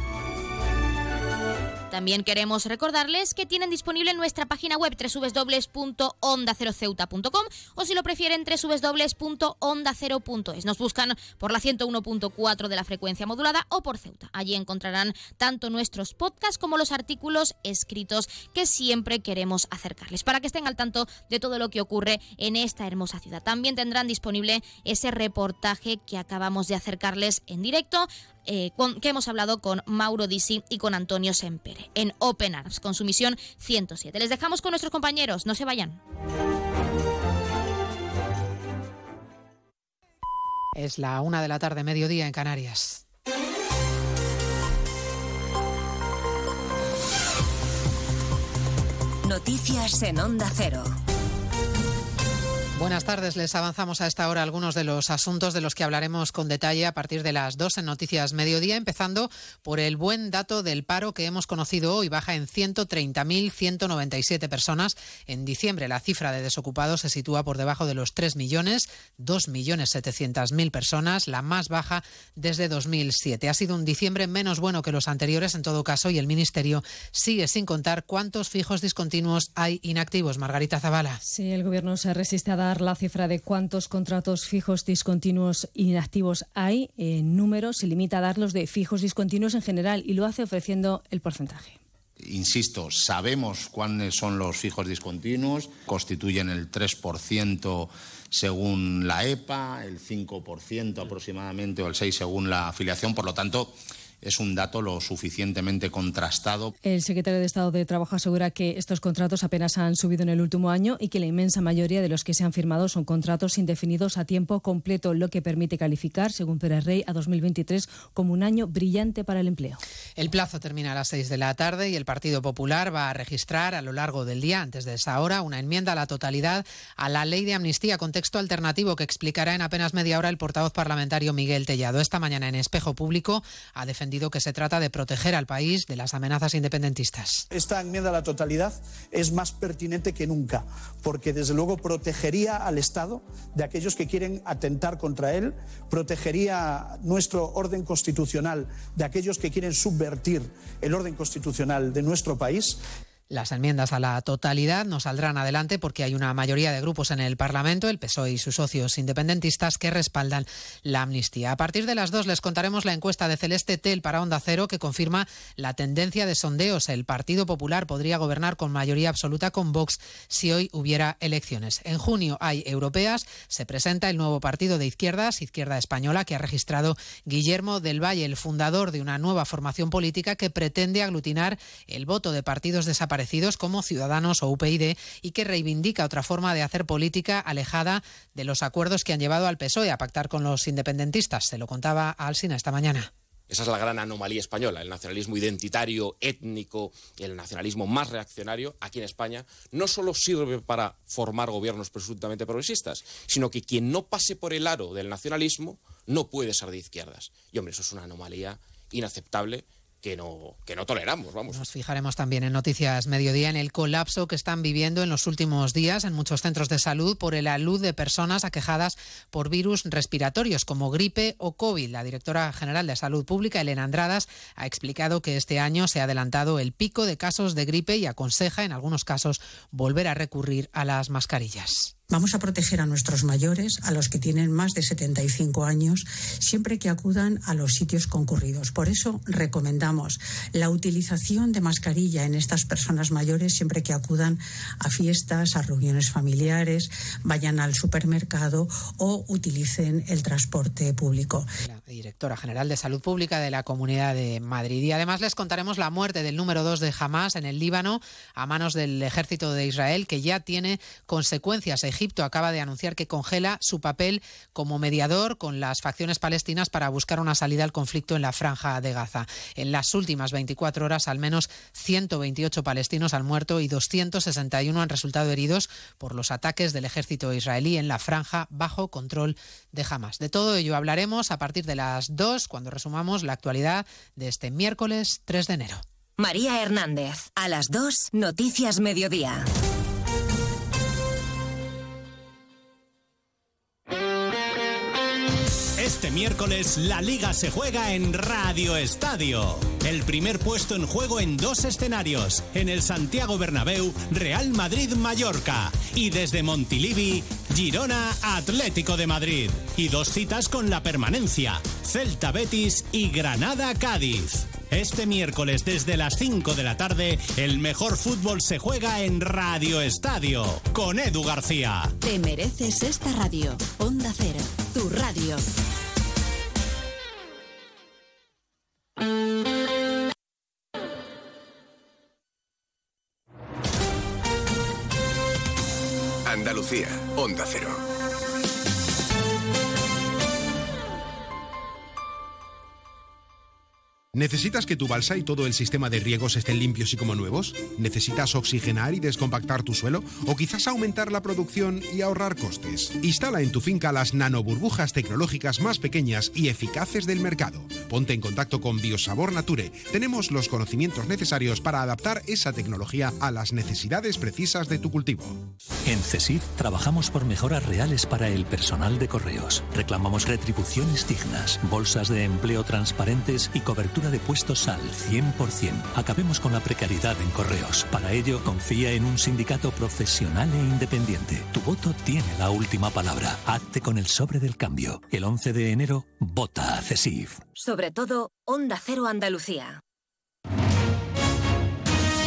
También queremos recordarles que tienen disponible nuestra página web doble u doble u doble u punto onda cero ceuta punto com, o si lo prefieren doble u doble u doble u punto onda cero punto es. Nos buscan por la ciento uno punto cuatro de la frecuencia modulada o por Ceuta. Allí encontrarán tanto nuestros podcasts como los artículos escritos que siempre queremos acercarles para que estén al tanto de todo lo que ocurre en esta hermosa ciudad. También tendrán disponible ese reportaje que acabamos de acercarles en directo, Eh, con, que hemos hablado con Mauro Disi y con Antonio Sempere en Open Arms, con su misión ciento siete. Les dejamos con nuestros compañeros, no se vayan. Es la una de la tarde, mediodía en Canarias. Noticias en Onda Cero. Buenas tardes, les avanzamos a esta hora algunos de los asuntos de los que hablaremos con detalle a partir de las dos en Noticias Mediodía, empezando por el buen dato del paro que hemos conocido hoy. Baja en ciento treinta mil ciento noventa y siete personas. En diciembre la cifra de desocupados se sitúa por debajo de los tres millones, dos millones setecientas mil personas, la más baja desde dos mil siete. Ha sido un diciembre menos bueno que los anteriores en todo caso, y el Ministerio sigue sin contar cuántos fijos discontinuos hay inactivos. Margarita Zavala. Sí, el Gobierno se resiste a dar la cifra de cuántos contratos fijos discontinuos inactivos hay. En números se limita a dar los de fijos discontinuos en general y lo hace ofreciendo el porcentaje. Insisto, sabemos cuáles son los fijos discontinuos, constituyen el tres por ciento según la E P A, el cinco por ciento aproximadamente o el seis por ciento según la afiliación, por lo tanto es un dato lo suficientemente contrastado. El secretario de Estado de Trabajo asegura que estos contratos apenas han subido en el último año y que la inmensa mayoría de los que se han firmado son contratos indefinidos a tiempo completo, lo que permite calificar, según Pérez Rey, a dos mil veintitrés como un año brillante para el empleo. El plazo termina a las seis de la tarde y el Partido Popular va a registrar a lo largo del día, antes de esa hora, una enmienda a la totalidad a la ley de amnistía con texto alternativo que explicará en apenas media hora el portavoz parlamentario Miguel Tellado. Esta mañana en Espejo Público ha defendido que se trata de proteger al país de las amenazas independentistas. Esta enmienda a la totalidad es más pertinente que nunca, porque desde luego protegería al Estado de aquellos que quieren atentar contra él, protegería nuestro orden constitucional de aquellos que quieren subvertir el orden constitucional de nuestro país. Las enmiendas a la totalidad no saldrán adelante porque hay una mayoría de grupos en el Parlamento, el P S O E y sus socios independentistas, que respaldan la amnistía. A partir de las dos les contaremos la encuesta de Celeste Tel para Onda Cero que confirma la tendencia de sondeos. El Partido Popular podría gobernar con mayoría absoluta con Vox si hoy hubiera elecciones. En junio hay europeas, se presenta el nuevo partido de izquierdas, Izquierda Española, que ha registrado Guillermo del Valle, el fundador de una nueva formación política que pretende aglutinar el voto de partidos desaparecidos como Ciudadanos o U P YD y que reivindica otra forma de hacer política alejada de los acuerdos que han llevado al P S O E a pactar con los independentistas. Se lo contaba a Alsina esta mañana. Esa es la gran anomalía española, el nacionalismo identitario, étnico, el nacionalismo más reaccionario aquí en España, no solo sirve para formar gobiernos presuntamente progresistas, sino que quien no pase por el aro del nacionalismo no puede ser de izquierdas. Y hombre, eso es una anomalía inaceptable que no, que no toleramos, vamos. Nos fijaremos también en Noticias Mediodía en el colapso que están viviendo en los últimos días en muchos centros de salud por el alud de personas aquejadas por virus respiratorios como gripe o COVID. La directora general de Salud Pública, Elena Andradas, ha explicado que este año se ha adelantado el pico de casos de gripe y aconseja, en algunos casos, volver a recurrir a las mascarillas. Vamos a proteger a nuestros mayores, a los que tienen más de setenta y cinco años, siempre que acudan a los sitios concurridos. Por eso recomendamos la utilización de mascarilla en estas personas mayores siempre que acudan a fiestas, a reuniones familiares, vayan al supermercado o utilicen el transporte público. La directora general de Salud Pública de la Comunidad de Madrid. Y además les contaremos la muerte del número dos de Hamás en el Líbano a manos del ejército de Israel, que ya tiene consecuencias. Egipto acaba de anunciar que congela su papel como mediador con las facciones palestinas para buscar una salida al conflicto en la Franja de Gaza. En las últimas veinticuatro horas, al menos ciento veintiocho palestinos han muerto y doscientos sesenta y uno han resultado heridos por los ataques del ejército israelí en la Franja bajo control de Hamás. De todo ello hablaremos a partir de las dos, cuando resumamos la actualidad de este miércoles tres de enero. María Hernández, a las dos, Noticias Mediodía. Este miércoles la Liga se juega en Radio Estadio. El primer puesto en juego en dos escenarios. En el Santiago Bernabéu, Real Madrid-Mallorca. Y desde Montilivi, Girona Atlético de Madrid. Y dos citas con la permanencia. Celta Betis y Granada Cádiz. Este miércoles desde las cinco de la tarde, el mejor fútbol se juega en Radio Estadio. Con Edu García. Te mereces esta radio. Onda Cero, tu radio. Andalucía, Onda Cero. ¿Necesitas que tu balsa y todo el sistema de riegos estén limpios y como nuevos? ¿Necesitas oxigenar y descompactar tu suelo? ¿O quizás aumentar la producción y ahorrar costes? Instala en tu finca las nanoburbujas tecnológicas más pequeñas y eficaces del mercado. Ponte en contacto con Biosabor Nature. Tenemos los conocimientos necesarios para adaptar esa tecnología a las necesidades precisas de tu cultivo. En CESIF trabajamos por mejoras reales para el personal de correos. Reclamamos retribuciones dignas, bolsas de empleo transparentes y cobertura de puestos al cien por ciento. Acabemos con la precariedad en correos. Para ello, confía en un sindicato profesional e independiente. Tu voto tiene la última palabra. Hazte con el sobre del cambio. El once de enero, vota a CESIF. Sobre todo, Onda Cero Andalucía.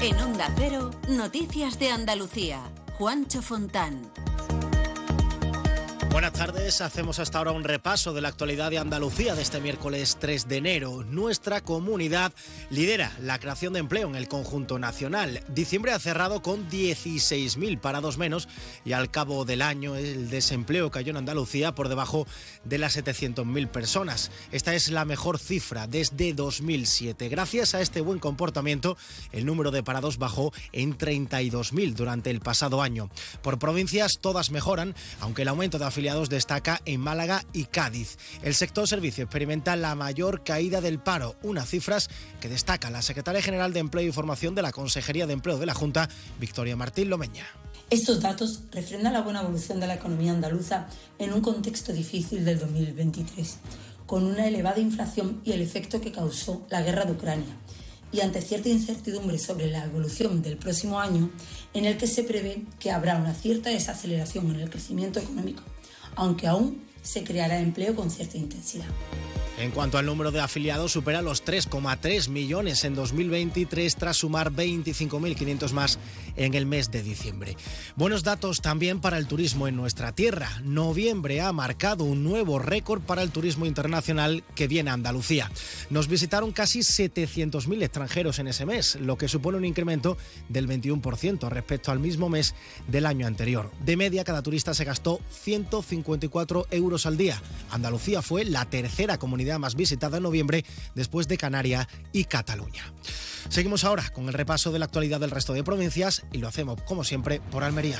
En Onda Cero, Noticias de Andalucía. Juancho Fontán. Buenas tardes, hacemos hasta ahora un repaso de la actualidad de Andalucía de este miércoles tres de enero. Nuestra comunidad lidera la creación de empleo en el conjunto nacional. Diciembre ha cerrado con dieciséis mil parados menos y al cabo del año el desempleo cayó en Andalucía por debajo de las setecientas mil personas. Esta es la mejor cifra desde dos mil siete. Gracias a este buen comportamiento, el número de parados bajó en treinta y dos mil durante el pasado año. Por provincias todas mejoran, aunque el aumento de afiliados destaca en Málaga y Cádiz. El sector servicio experimenta la mayor caída del paro, unas cifras que destaca la secretaria general de Empleo y Formación de la Consejería de Empleo de la Junta, Victoria Martín Lomeña. Estos datos refrendan la buena evolución de la economía andaluza en un contexto difícil del dos mil veintitrés, con una elevada inflación y el efecto que causó la guerra de Ucrania, y ante cierta incertidumbre sobre la evolución del próximo año, en el que se prevé que habrá una cierta desaceleración en el crecimiento económico, aunque aún se creará empleo con cierta intensidad. En cuanto al número de afiliados, supera los tres coma tres millones en dos mil veintitrés tras sumar veinticinco mil quinientos más en el mes de diciembre. Buenos datos también para el turismo en nuestra tierra. Noviembre ha marcado un nuevo récord para el turismo internacional que viene a Andalucía. Nos visitaron casi setecientos mil extranjeros en ese mes, lo que supone un incremento del veintiuno por ciento respecto al mismo mes del año anterior. De media, cada turista se gastó ciento cincuenta y cuatro euros al día. Andalucía fue la tercera comunidad más visitada en noviembre después de Canarias y Cataluña. Seguimos ahora con el repaso de la actualidad del resto de provincias y lo hacemos, como siempre, por Almería.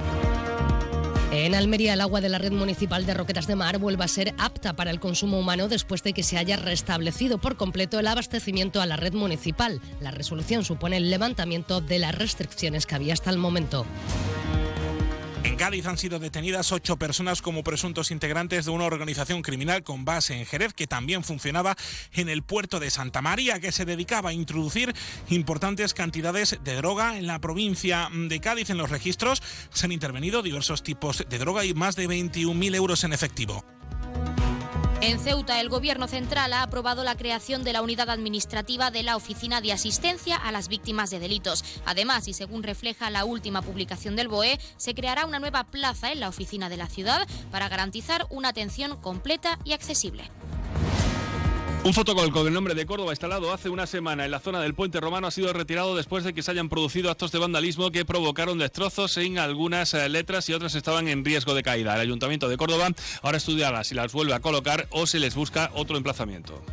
En Almería, el agua de la red municipal de Roquetas de Mar vuelve a ser apta para el consumo humano después de que se haya restablecido por completo el abastecimiento a la red municipal. La resolución supone el levantamiento de las restricciones que había hasta el momento. En Cádiz han sido detenidas ocho personas como presuntos integrantes de una organización criminal con base en Jerez que también funcionaba en el puerto de Santa María, que se dedicaba a introducir importantes cantidades de droga en la provincia de Cádiz. En los registros se han intervenido diversos tipos de droga y más de veintiún mil euros en efectivo. En Ceuta, el Gobierno central ha aprobado la creación de la unidad administrativa de la Oficina de Asistencia a las Víctimas de Delitos. Además, y según refleja la última publicación del B O E, se creará una nueva plaza en la oficina de la ciudad para garantizar una atención completa y accesible. Un fotocol con el nombre de Córdoba instalado hace una semana en la zona del Puente Romano ha sido retirado después de que se hayan producido actos de vandalismo que provocaron destrozos en algunas letras y otras estaban en riesgo de caída. El Ayuntamiento de Córdoba ahora estudiará si las vuelve a colocar o se les busca otro emplazamiento.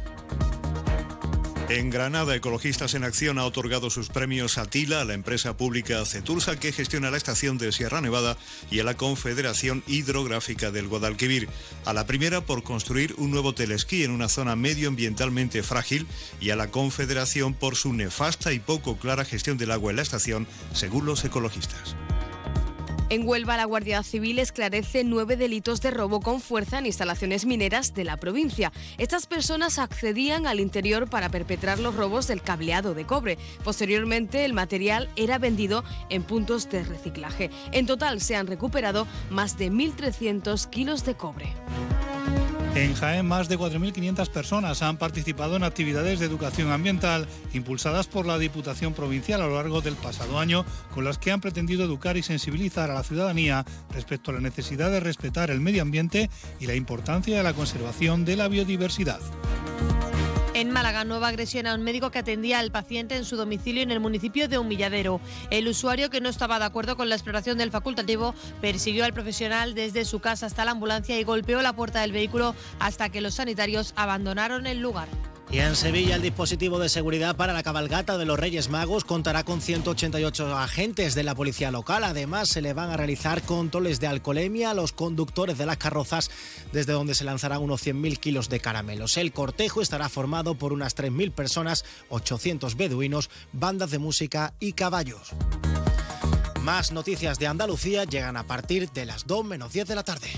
En Granada, Ecologistas en Acción ha otorgado sus premios a Tila, a la empresa pública Cetursa, que gestiona la estación de Sierra Nevada, y a la Confederación Hidrográfica del Guadalquivir. A la primera por construir un nuevo telesquí en una zona medioambientalmente frágil y a la Confederación por su nefasta y poco clara gestión del agua en la estación, según los ecologistas. En Huelva, la Guardia Civil esclarece nueve delitos de robo con fuerza en instalaciones mineras de la provincia. Estas personas accedían al interior para perpetrar los robos del cableado de cobre. Posteriormente, el material era vendido en puntos de reciclaje. En total, se han recuperado más de mil trescientos kilos de cobre. En Jaén, más de cuatro mil quinientas personas han participado en actividades de educación ambiental impulsadas por la Diputación Provincial a lo largo del pasado año, con las que han pretendido educar y sensibilizar a la ciudadanía respecto a la necesidad de respetar el medio ambiente y la importancia de la conservación de la biodiversidad. En Málaga, nueva agresión a un médico que atendía al paciente en su domicilio en el municipio de Humilladero. El usuario, que no estaba de acuerdo con la exploración del facultativo, persiguió al profesional desde su casa hasta la ambulancia y golpeó la puerta del vehículo hasta que los sanitarios abandonaron el lugar. Y en Sevilla, el dispositivo de seguridad para la cabalgata de los Reyes Magos contará con ciento ochenta y ocho agentes de la policía local. Además, se le van a realizar controles de alcoholemia a los conductores de las carrozas, desde donde se lanzarán unos cien mil kilos de caramelos. El cortejo estará formado por unas tres mil personas, ochocientos beduinos, bandas de música y caballos. Más noticias de Andalucía llegan a partir de las dos menos diez de la tarde.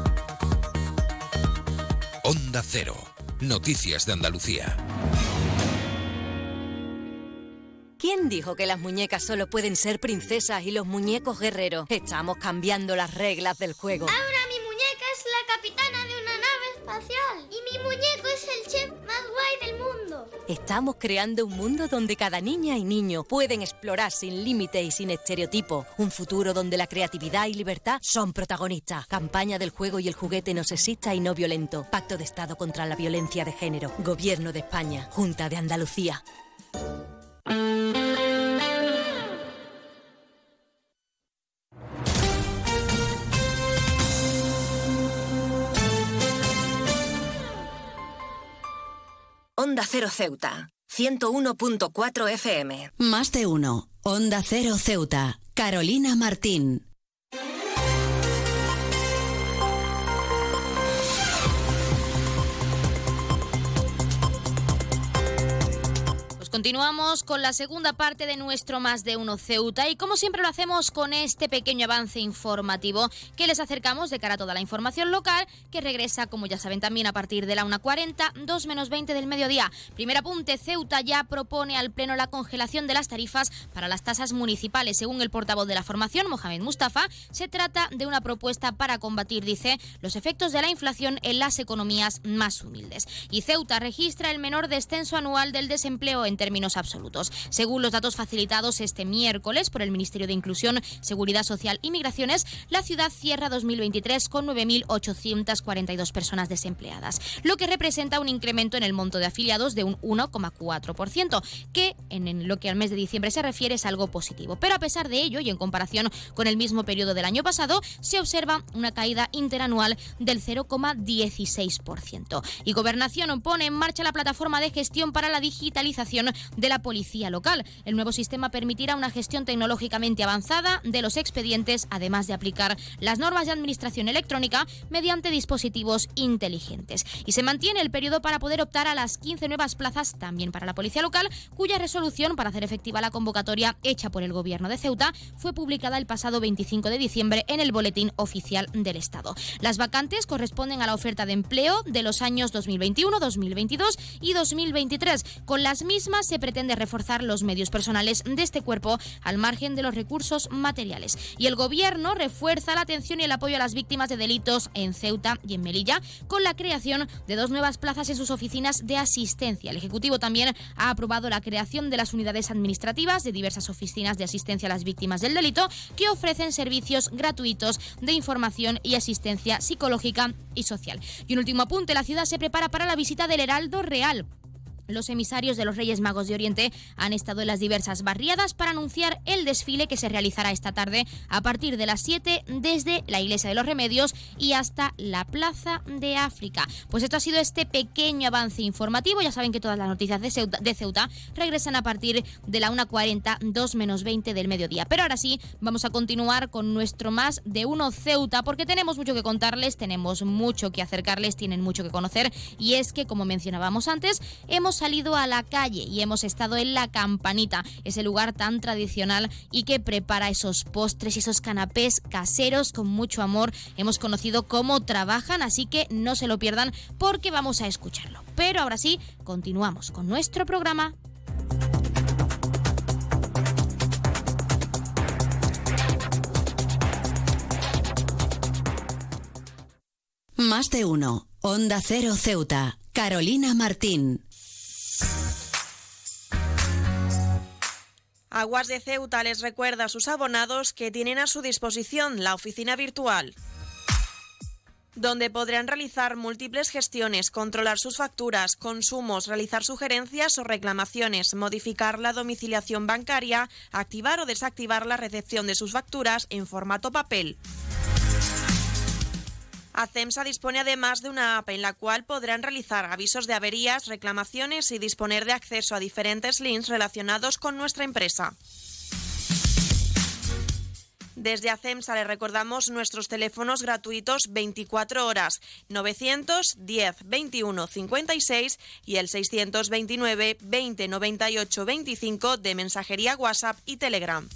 Onda Cero. Noticias de Andalucía. ¿Quién dijo que las muñecas solo pueden ser princesas y los muñecos guerreros? Estamos cambiando las reglas del juego. Ahora mi muñeca es la capitana de una nave espacial y mi muñeco es el chef más guay del mundo. Estamos creando un mundo donde cada niña y niño pueden explorar sin límites y sin estereotipos. Un futuro donde la creatividad y libertad son protagonistas. Campaña del juego y el juguete no sexista y no violento. Pacto de Estado contra la violencia de género. Gobierno de España. Junta de Andalucía. Onda Cero Ceuta, ciento uno punto cuatro F M. Más de uno. Onda Cero Ceuta. Carolina Martín. Continuamos con la segunda parte de nuestro Más de Uno Ceuta y como siempre lo hacemos con este pequeño avance informativo que les acercamos de cara a toda la información local que regresa, como ya saben, también a partir de la una cuarenta, dos menos veinte del mediodía. Primer apunte, Ceuta ya propone al Pleno la congelación de las tarifas para las tasas municipales. Según el portavoz de la formación, Mohamed Mustafa, se trata de una propuesta para combatir, dice, los efectos de la inflación en las economías más humildes. Y Ceuta registra el menor descenso anual del desempleo en términos absolutos. Según los datos facilitados este miércoles por el Ministerio de Inclusión, Seguridad Social y Migraciones, la ciudad cierra dos mil veintitrés con nueve mil ochocientas cuarenta y dos personas desempleadas, lo que representa un incremento en el monto de afiliados de un uno coma cuatro por ciento, que en lo que al mes de diciembre se refiere es algo positivo. Pero a pesar de ello, y en comparación con el mismo periodo del año pasado, se observa una caída interanual del cero coma dieciséis por ciento. Y Gobernación pone en marcha la plataforma de gestión para la digitalización de la policía local. El nuevo sistema permitirá una gestión tecnológicamente avanzada de los expedientes, además de aplicar las normas de administración electrónica mediante dispositivos inteligentes. Y se mantiene el periodo para poder optar a las quince nuevas plazas también para la policía local, cuya resolución para hacer efectiva la convocatoria hecha por el Gobierno de Ceuta fue publicada el pasado veinticinco de diciembre en el Boletín Oficial del Estado. Las vacantes corresponden a la oferta de empleo de los años dos mil veintiuno, dos mil veintidós y dos mil veintitrés. Con las mismas se pretende reforzar los medios personales de este cuerpo al margen de los recursos materiales. Y el Gobierno refuerza la atención y el apoyo a las víctimas de delitos en Ceuta y en Melilla con la creación de dos nuevas plazas en sus oficinas de asistencia. El Ejecutivo también ha aprobado la creación de las unidades administrativas de diversas oficinas de asistencia a las víctimas del delito que ofrecen servicios gratuitos de información y asistencia psicológica y social. Y un último apunte, la ciudad se prepara para la visita del Heraldo Real. Los emisarios de los Reyes Magos de Oriente han estado en las diversas barriadas para anunciar el desfile que se realizará esta tarde a partir de las siete desde la Iglesia de los Remedios y hasta la Plaza de África. Pues esto ha sido este pequeño avance informativo. Ya saben que todas las noticias de Ceuta, de Ceuta regresan a partir de la una cuarenta, dos menos veinte del mediodía. Pero ahora sí, vamos a continuar con nuestro Más de Uno Ceuta porque tenemos mucho que contarles, tenemos mucho que acercarles, tienen mucho que conocer y es que, como mencionábamos antes, hemos salido a la calle y hemos estado en La Campanita, ese lugar tan tradicional y que prepara esos postres y esos canapés caseros con mucho amor. Hemos conocido cómo trabajan, así que no se lo pierdan porque vamos a escucharlo. Pero ahora sí, continuamos con nuestro programa. Más de uno. Onda Cero Ceuta. Carolina Martín. Aguas de Ceuta les recuerda a sus abonados que tienen a su disposición la oficina virtual, donde podrán realizar múltiples gestiones, controlar sus facturas, consumos, realizar sugerencias o reclamaciones, modificar la domiciliación bancaria, activar o desactivar la recepción de sus facturas en formato papel. ACEMSA dispone además de una app en la cual podrán realizar avisos de averías, reclamaciones y disponer de acceso a diferentes links relacionados con nuestra empresa. Desde ACEMSA les recordamos nuestros teléfonos gratuitos veinticuatro horas, novecientos diez veintiuno cincuenta y seis y el seiscientos veintinueve veinte noventa y ocho veinticinco de mensajería WhatsApp y Telegram.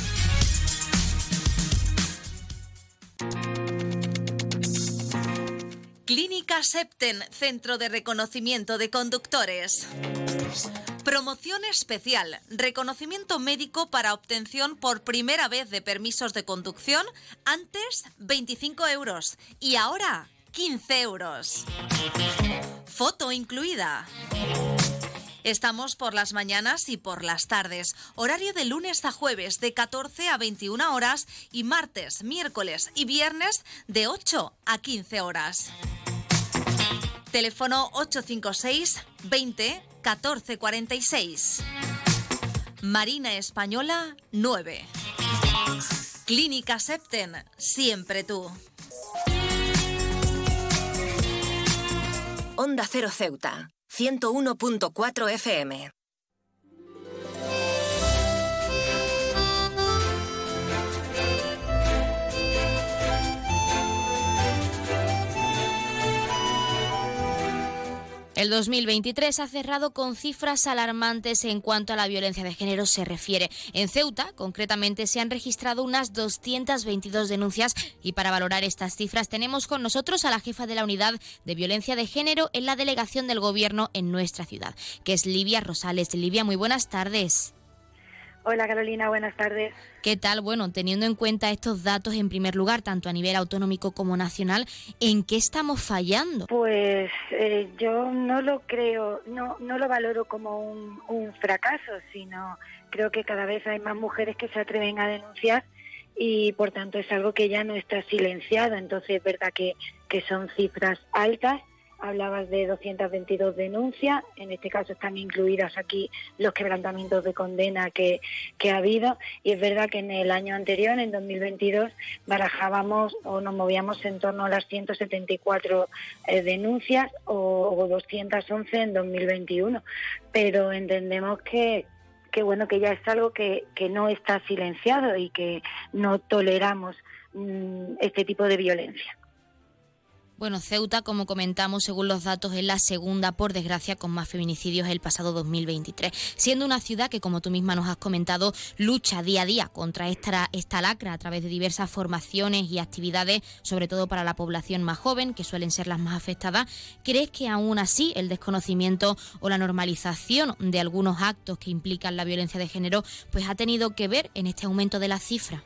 Clínica Septen, Centro de Reconocimiento de Conductores. Promoción especial, reconocimiento médico para obtención por primera vez de permisos de conducción, antes veinticinco euros y ahora quince euros. Foto incluida. Estamos por las mañanas y por las tardes. Horario de lunes a jueves de catorce a veintiuna horas y martes, miércoles y viernes de ocho a quince horas. Teléfono ocho cinco seis veinte catorce cuarenta y seis. Marina Española nueve. Clínica Septen, siempre tú. Onda Cero Ceuta, ciento uno punto cuatro F M. El dos mil veintitrés ha cerrado con cifras alarmantes en cuanto a la violencia de género se refiere. En Ceuta, concretamente, se han registrado unas doscientas veintidós denuncias y para valorar estas cifras tenemos con nosotros a la jefa de la Unidad de Violencia de Género en la Delegación del Gobierno en nuestra ciudad, que es Livia Rosales. Livia, muy buenas tardes. Hola Carolina, buenas tardes. ¿Qué tal? Bueno, teniendo en cuenta estos datos en primer lugar, tanto a nivel autonómico como nacional, ¿en qué estamos fallando? Pues eh, yo no lo creo, no, no lo valoro como un, un fracaso, sino creo que cada vez hay más mujeres que se atreven a denunciar y por tanto es algo que ya no está silenciado. Entonces es verdad que, que son cifras altas. Hablabas de doscientas veintidós denuncias, en este caso están incluidas aquí los quebrantamientos de condena que, que ha habido, y es verdad que en el año anterior, en dos mil veintidós, barajábamos o nos movíamos en torno a las ciento setenta y cuatro eh, denuncias o, o doscientas once en dos mil veintiuno, pero entendemos que que bueno que ya es algo que, que no está silenciado y que no toleramos mmm, este tipo de violencia. Bueno, Ceuta, como comentamos, según los datos, es la segunda, por desgracia, con más feminicidios el pasado dos mil veintitrés, siendo una ciudad que, como tú misma nos has comentado, lucha día a día contra esta, esta lacra a través de diversas formaciones y actividades, sobre todo para la población más joven, que suelen ser las más afectadas. ¿Crees que aún así el desconocimiento o la normalización de algunos actos que implican la violencia de género pues ha tenido que ver en este aumento de las cifras?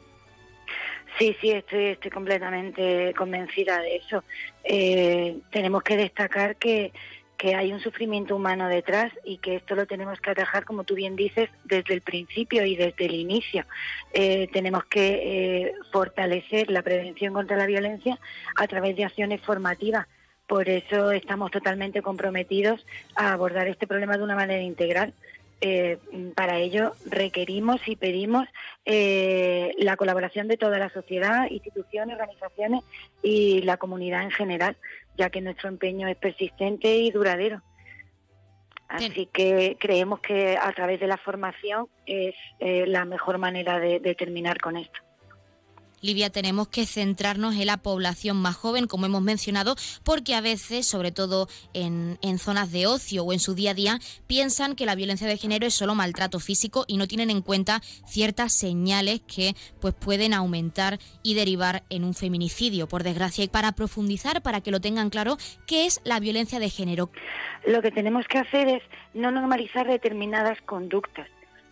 Sí, sí, estoy, estoy completamente convencida de eso. Eh, tenemos que destacar que, que hay un sufrimiento humano detrás y que esto lo tenemos que atajar, como tú bien dices, desde el principio y desde el inicio. Eh, tenemos que eh, fortalecer la prevención contra la violencia a través de acciones formativas. Por eso estamos totalmente comprometidos a abordar este problema de una manera integral. Eh, para ello requerimos y pedimos eh, la colaboración de toda la sociedad, instituciones, organizaciones y la comunidad en general, ya que nuestro empeño es persistente y duradero. Así que creemos que a través de la formación es eh, la mejor manera de, de terminar con esto. Livia, tenemos que centrarnos en la población más joven, como hemos mencionado, porque a veces, sobre todo en, en zonas de ocio o en su día a día, piensan que la violencia de género es solo maltrato físico y no tienen en cuenta ciertas señales que pues pueden aumentar y derivar en un feminicidio, por desgracia. Y para profundizar, para que lo tengan claro, ¿qué es la violencia de género? Lo que tenemos que hacer es no normalizar determinadas conductas.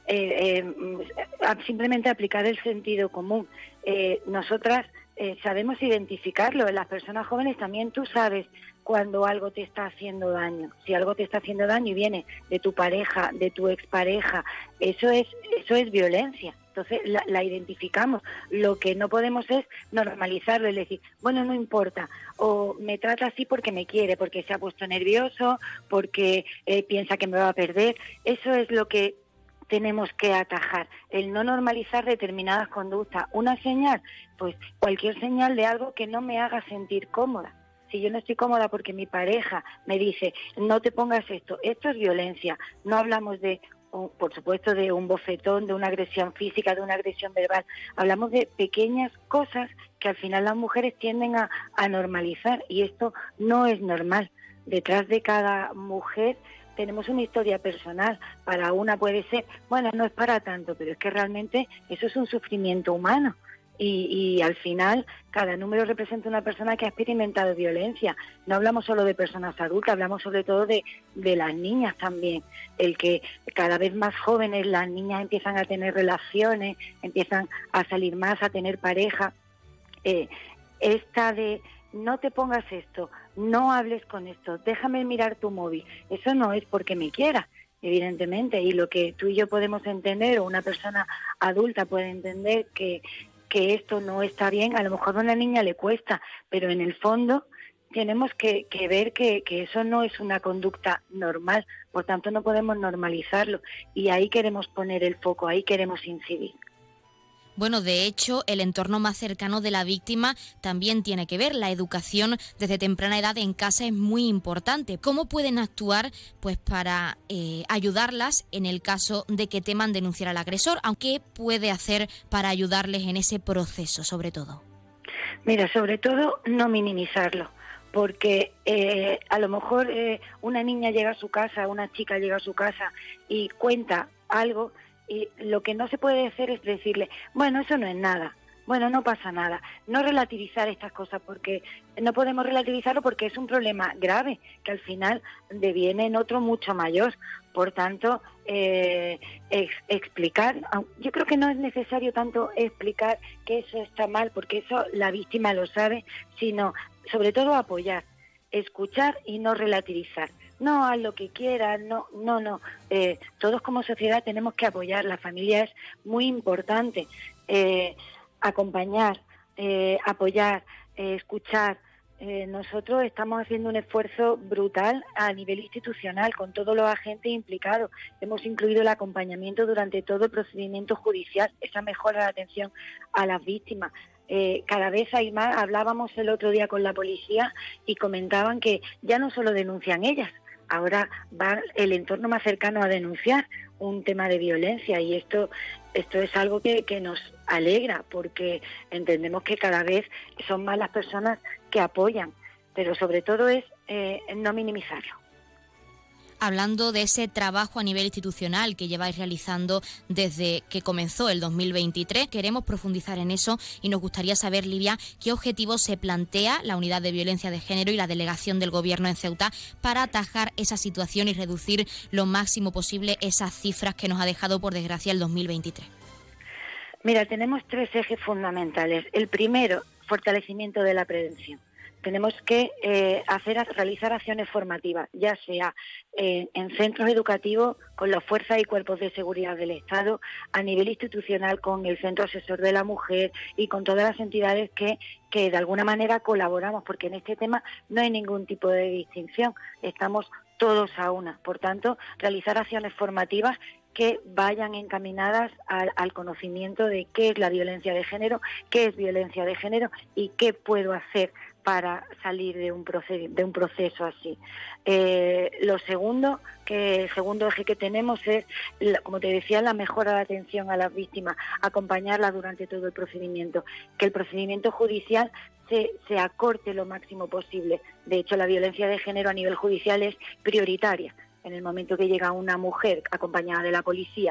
Eh, eh, simplemente aplicar el sentido común. Eh, nosotras eh, sabemos identificarlo. En las personas jóvenes también tú sabes cuando algo te está haciendo daño. Si algo te está haciendo daño y viene de tu pareja, de tu expareja, eso es, eso es violencia. Entonces la, la identificamos. Lo que no podemos es normalizarlo, es decir, bueno, no importa, o me trata así porque me quiere, porque se ha puesto nervioso, porque eh, piensa que me va a perder. Eso es lo que tenemos que atajar, el no normalizar determinadas conductas. Una señal, pues cualquier señal de algo que no me haga sentir cómoda. Si yo no estoy cómoda porque mi pareja me dice, no te pongas esto, esto es violencia. No hablamos de, por supuesto, de un bofetón, de una agresión física, de una agresión verbal. Hablamos de pequeñas cosas que al final las mujeres tienden a, a normalizar, y esto no es normal. Detrás de cada mujer tenemos una historia personal. Para una puede ser, bueno, no es para tanto, pero es que realmente eso es un sufrimiento humano. Y, y al final cada número representa una persona que ha experimentado violencia. No hablamos solo de personas adultas, hablamos sobre todo de, de las niñas también. El que cada vez más jóvenes las niñas empiezan a tener relaciones, empiezan a salir más, a tener pareja. Eh, esta de no te pongas esto, no hables con esto, déjame mirar tu móvil. Eso no es porque me quiera, evidentemente, y lo que tú y yo podemos entender, o una persona adulta puede entender que, que esto no está bien, a lo mejor a una niña le cuesta, pero en el fondo tenemos que, que ver que, que eso no es una conducta normal, por tanto no podemos normalizarlo, y ahí queremos poner el foco, ahí queremos incidir. Bueno, de hecho, el entorno más cercano de la víctima también tiene que ver. La educación desde temprana edad en casa es muy importante. ¿Cómo pueden actuar pues para eh, ayudarlas en el caso de que teman denunciar al agresor? ¿Qué puede hacer para ayudarles en ese proceso, sobre todo? Mira, sobre todo no minimizarlo, porque eh, a lo mejor eh, una niña llega a su casa, una chica llega a su casa y cuenta algo. Y lo que no se puede hacer es decirle, bueno, eso no es nada, bueno, no pasa nada. No relativizar estas cosas, porque no podemos relativizarlo porque es un problema grave, que al final deviene en otro mucho mayor. Por tanto, eh, ex, explicar, yo creo que no es necesario tanto explicar que eso está mal, porque eso la víctima lo sabe, sino sobre todo apoyar, escuchar y no relativizar. No, haz lo que quieras, no, no, no. Eh, todos como sociedad tenemos que apoyar, la familia es muy importante. Eh, acompañar, eh, apoyar, eh, escuchar. Eh, nosotros estamos haciendo un esfuerzo brutal a nivel institucional con todos los agentes implicados. Hemos incluido el acompañamiento durante todo el procedimiento judicial, esa mejora de atención a las víctimas. Eh, cada vez hay más. Hablábamos el otro día con la policía y comentaban que ya no solo denuncian ellas, ahora va el entorno más cercano a denunciar un tema de violencia, y esto esto es algo que, que nos alegra, porque entendemos que cada vez son más las personas que apoyan, pero sobre todo es eh, no minimizarlo. Hablando de ese trabajo a nivel institucional que lleváis realizando desde que comenzó el dos mil veintitrés, queremos profundizar en eso y nos gustaría saber, Livia, qué objetivos se plantea la Unidad de Violencia de Género y la Delegación del Gobierno en Ceuta para atajar esa situación y reducir lo máximo posible esas cifras que nos ha dejado, por desgracia, el dos mil veintitrés. Mira, tenemos tres ejes fundamentales. El primero, fortalecimiento de la prevención. Tenemos que eh, hacer realizar acciones formativas, ya sea eh, en centros educativos con las fuerzas y cuerpos de seguridad del Estado, a nivel institucional con el Centro Asesor de la Mujer y con todas las entidades que, que de alguna manera colaboramos, porque en este tema no hay ningún tipo de distinción, estamos todos a una. Por tanto, realizar acciones formativas que vayan encaminadas al, al conocimiento de qué es la violencia de género, qué es violencia de género y qué puedo hacer para salir de un proceso, de un proceso así. Eh, lo segundo, que el segundo eje que tenemos es, como te decía, la mejora de atención a las víctimas, acompañarlas durante todo el procedimiento, que el procedimiento judicial se, se acorte lo máximo posible. De hecho, la violencia de género a nivel judicial es prioritaria. En el momento que llega una mujer acompañada de la policía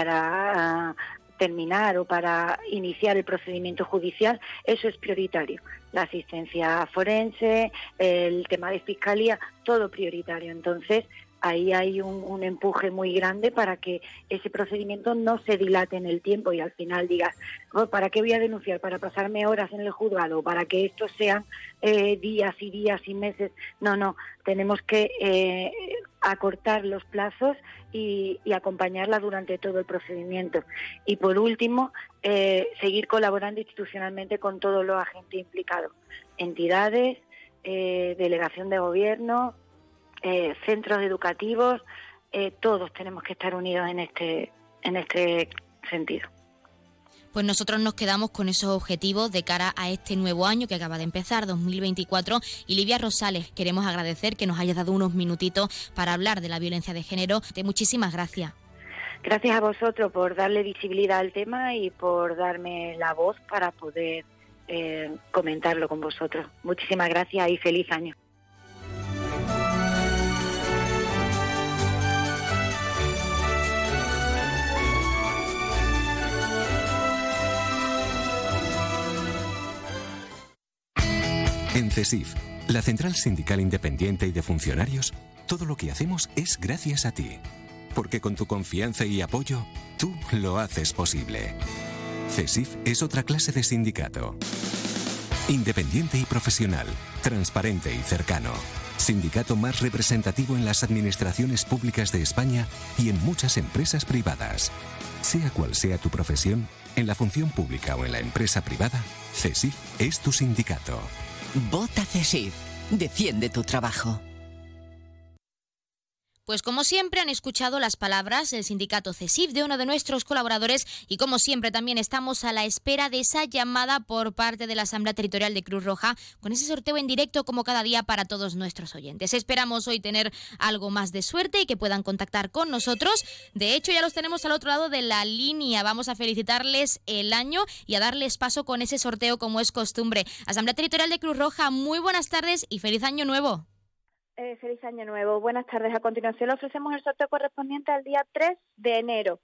para uh, terminar o para iniciar el procedimiento judicial, eso es prioritario. La asistencia forense, el tema de fiscalía, todo prioritario. Entonces, ahí hay un, un empuje muy grande para que ese procedimiento no se dilate en el tiempo y al final digas, oh, ¿para qué voy a denunciar? ¿Para pasarme horas en el juzgado? ¿Para que esto sean eh, días y días y meses? No, no, tenemos que eh, acortar los plazos y, y acompañarla durante todo el procedimiento. Y por último, eh, seguir colaborando institucionalmente con todos los agentes implicados, entidades, eh, delegación de gobierno, Eh, centros educativos, eh, todos tenemos que estar unidos en este en este sentido. Pues nosotros nos quedamos con esos objetivos de cara a este nuevo año que acaba de empezar, dos mil veinticuatro. Y Livia Rosales, queremos agradecer que nos hayas dado unos minutitos para hablar de la violencia de género. Muchísimas gracias. Gracias a vosotros por darle visibilidad al tema y por darme la voz para poder eh, comentarlo con vosotros. Muchísimas gracias y feliz año. En CESIF, la Central Sindical Independiente y de Funcionarios, todo lo que hacemos es gracias a ti. Porque con tu confianza y apoyo, tú lo haces posible. CESIF es otra clase de sindicato. Independiente y profesional, transparente y cercano. sindicato más representativo en las administraciones públicas de España y en muchas empresas privadas. Sea cual sea tu profesión, en la función pública o en la empresa privada, CESIF es tu sindicato. Vota CESIF. Defiende tu trabajo. Pues como siempre han escuchado las palabras del sindicato CESIF de uno de nuestros colaboradores y como siempre también estamos a la espera de esa llamada por parte de la Asamblea Territorial de Cruz Roja con ese sorteo en directo como cada día para todos nuestros oyentes. Esperamos hoy tener algo más de suerte y que puedan contactar con nosotros. De hecho ya los tenemos al otro lado de la línea. Vamos a felicitarles el año y a darles paso con ese sorteo como es costumbre. Asamblea Territorial de Cruz Roja, muy buenas tardes y feliz año nuevo. Eh, feliz año nuevo. Buenas tardes. A continuación le ofrecemos el sorteo correspondiente al día tres de enero.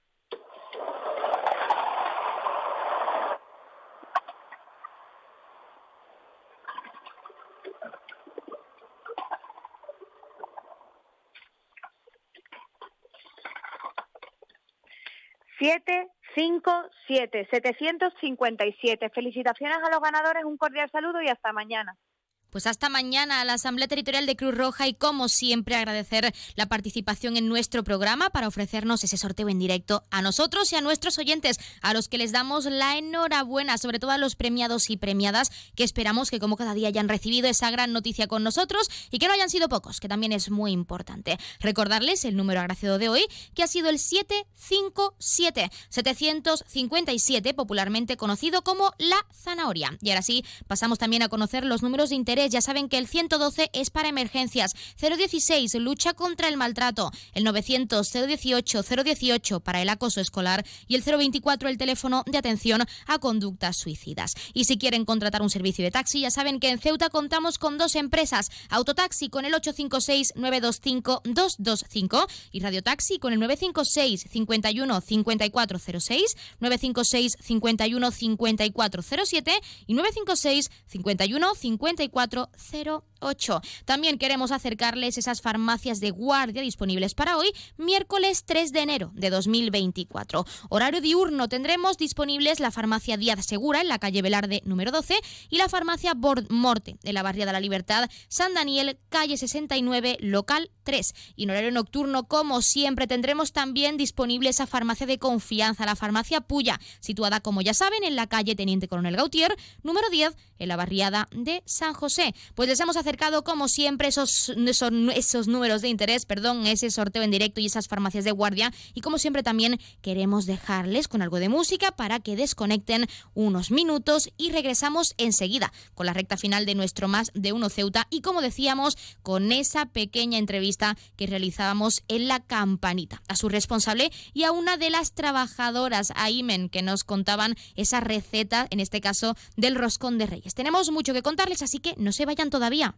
siete cinco siete, setecientos cincuenta y siete. Felicitaciones a los ganadores, un cordial saludo y hasta mañana. Pues hasta mañana a la Asamblea Territorial de Cruz Roja y como siempre agradecer la participación en nuestro programa para ofrecernos ese sorteo en directo a nosotros y a nuestros oyentes, a los que les damos la enhorabuena, sobre todo a los premiados y premiadas que esperamos que como cada día hayan recibido esa gran noticia con nosotros y que no hayan sido pocos, que también es muy importante. Recordarles el número agraciado de hoy, que ha sido el siete cinco siete, setecientos cincuenta y siete, popularmente conocido como la zanahoria. Y ahora sí, pasamos también a conocer los números de interés. Ya saben que el ciento doce es para emergencias, cero dieciséis lucha contra el maltrato, el novecientos cero dieciocho cero dieciocho para el acoso escolar y el cero veinticuatro el teléfono de atención a conductas suicidas. Y si quieren contratar un servicio de taxi, ya saben que en Ceuta contamos con dos empresas, Autotaxi con el ocho cinco seis nueve dos cinco dos dos cinco y Radiotaxi con el nueve cinco seis cincuenta y uno cincuenta y cuatro cero seis, nueve cinco seis cincuenta y uno cincuenta y cuatro cero siete y nueve cinco seis cincuenta y uno cincuenta y cuatro cero ocho. También queremos acercarles esas farmacias de guardia disponibles para hoy, miércoles tres de enero de dos mil veinticuatro. Horario diurno tendremos disponibles la farmacia Díaz Segura en la calle Velarde número doce y la farmacia Bord Morte en la barriada La Libertad, San Daniel, calle sesenta y nueve, local tres. Y en horario nocturno, como siempre, tendremos también disponible esa farmacia de confianza, la farmacia Puya, situada, como ya saben, en la calle Teniente Coronel Gautier, número diez, en la barriada de San José. Pues les hemos acercado, como siempre, esos, esos, esos números de interés, perdón, ese sorteo en directo y esas farmacias de guardia. Y como siempre también queremos dejarles con algo de música para que desconecten unos minutos y regresamos enseguida con la recta final de nuestro Más de Uno Ceuta y, como decíamos, con esa pequeña entrevista que realizábamos en La Campanita a su responsable y a una de las trabajadoras, a Imen, que nos contaban esa receta, en este caso, del roscón de Reyes. Tenemos mucho que contarles, así que no se vayan todavía.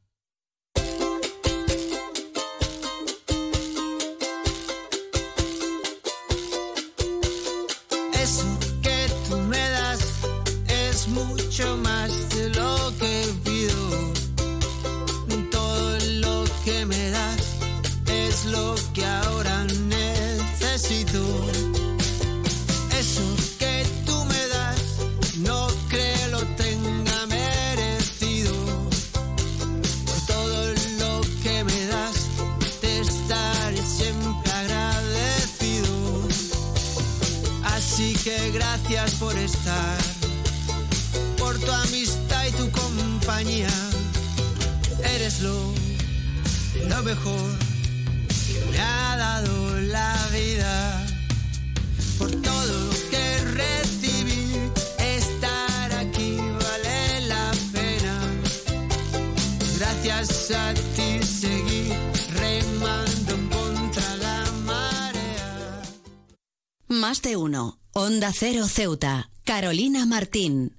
Eso que tú me das es mucho más de lo que pido. Todo lo que me das es lo que ahora necesito. Eso que tú me das no creo lo tenga merecido. Por todo lo que me das te estaré siempre agradecido. Así que gracias por estar, por tu amistad y tu compañía. Eres lo, lo mejor que me ha dado la vida. Por todo lo que recibí, estar aquí vale la pena. Gracias a ti seguí remando contra la marea. Más de uno. Onda Cero Ceuta. Carolina Martín.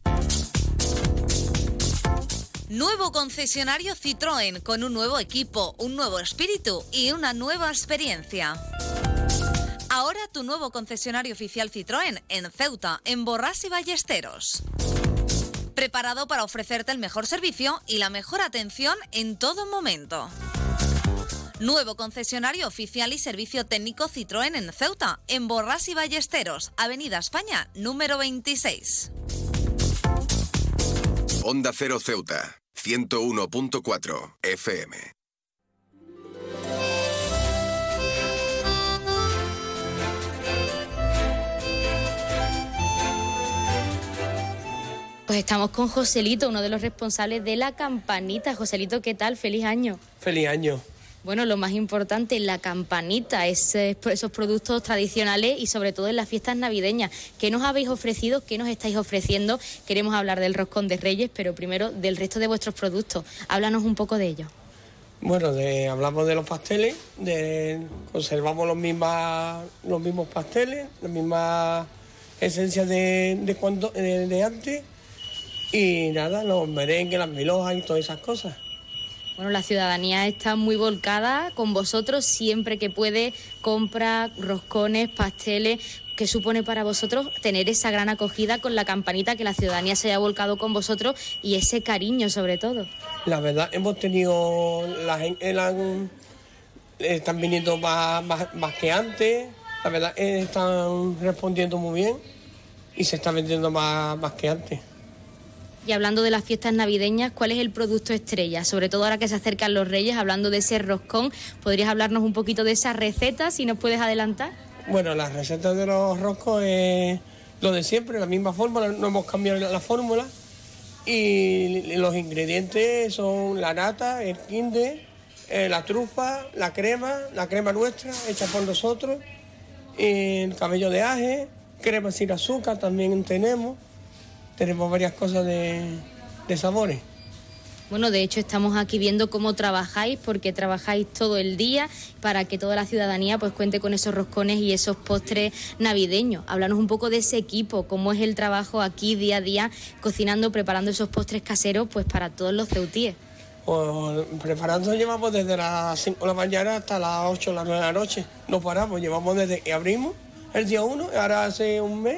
Nuevo concesionario Citroën con un nuevo equipo, un nuevo espíritu y una nueva experiencia. Ahora tu nuevo concesionario oficial Citroën en Ceuta, en Borrás y Ballesteros. Preparado para ofrecerte el mejor servicio y la mejor atención en todo momento. Nuevo concesionario oficial y servicio técnico Citroën en Ceuta, en Borrás y Ballesteros, Avenida España, número veintiséis. Onda Cero Ceuta, ciento uno punto cuatro F M. Pues estamos con Joselito, uno de los responsables de la campanita. Joselito, ¿qué tal? Feliz año. Feliz año. Bueno, lo más importante, la campanita, es, esos productos tradicionales y sobre todo en las fiestas navideñas. ¿Qué nos habéis ofrecido? ¿Qué nos estáis ofreciendo? Queremos hablar del roscón de Reyes, pero primero del resto de vuestros productos. Háblanos un poco de ellos. Bueno, de, hablamos de los pasteles, de, conservamos los, mismas, los mismos pasteles, las mismas esencias de, de, cuando, de, de antes y nada, los merengues, las milhojas y todas esas cosas. Bueno, la ciudadanía está muy volcada con vosotros, siempre que puede compra roscones, pasteles. ¿Qué supone para vosotros tener esa gran acogida con la campanita, que la ciudadanía se haya volcado con vosotros y ese cariño sobre todo? La verdad, hemos tenido, la gente la, están viniendo más, más, más que antes, la verdad están respondiendo muy bien y se está vendiendo más, más que antes. Y hablando de las fiestas navideñas, ¿cuál es el producto estrella? Sobre todo ahora que se acercan los Reyes, hablando de ese roscón, ¿podrías hablarnos un poquito de esa receta, si nos puedes adelantar? Bueno, la receta de los roscos es lo de siempre, la misma fórmula, no hemos cambiado la fórmula. Y los ingredientes son la nata, el quinde, eh, la trufa, la crema, la crema nuestra, hecha por nosotros, el cabello de aje, crema sin azúcar también tenemos. Tenemos varias cosas de, de sabores. Bueno, de hecho estamos aquí viendo cómo trabajáis, porque trabajáis todo el día para que toda la ciudadanía pues cuente con esos roscones y esos postres navideños. Háblanos un poco de ese equipo, cómo es el trabajo aquí día a día, cocinando, preparando esos postres caseros pues para todos los ceutíes. Pues, preparando llevamos desde las cinco de la mañana hasta las ocho o las nueve de la noche. No paramos, llevamos desde que abrimos el día uno, ahora hace un mes.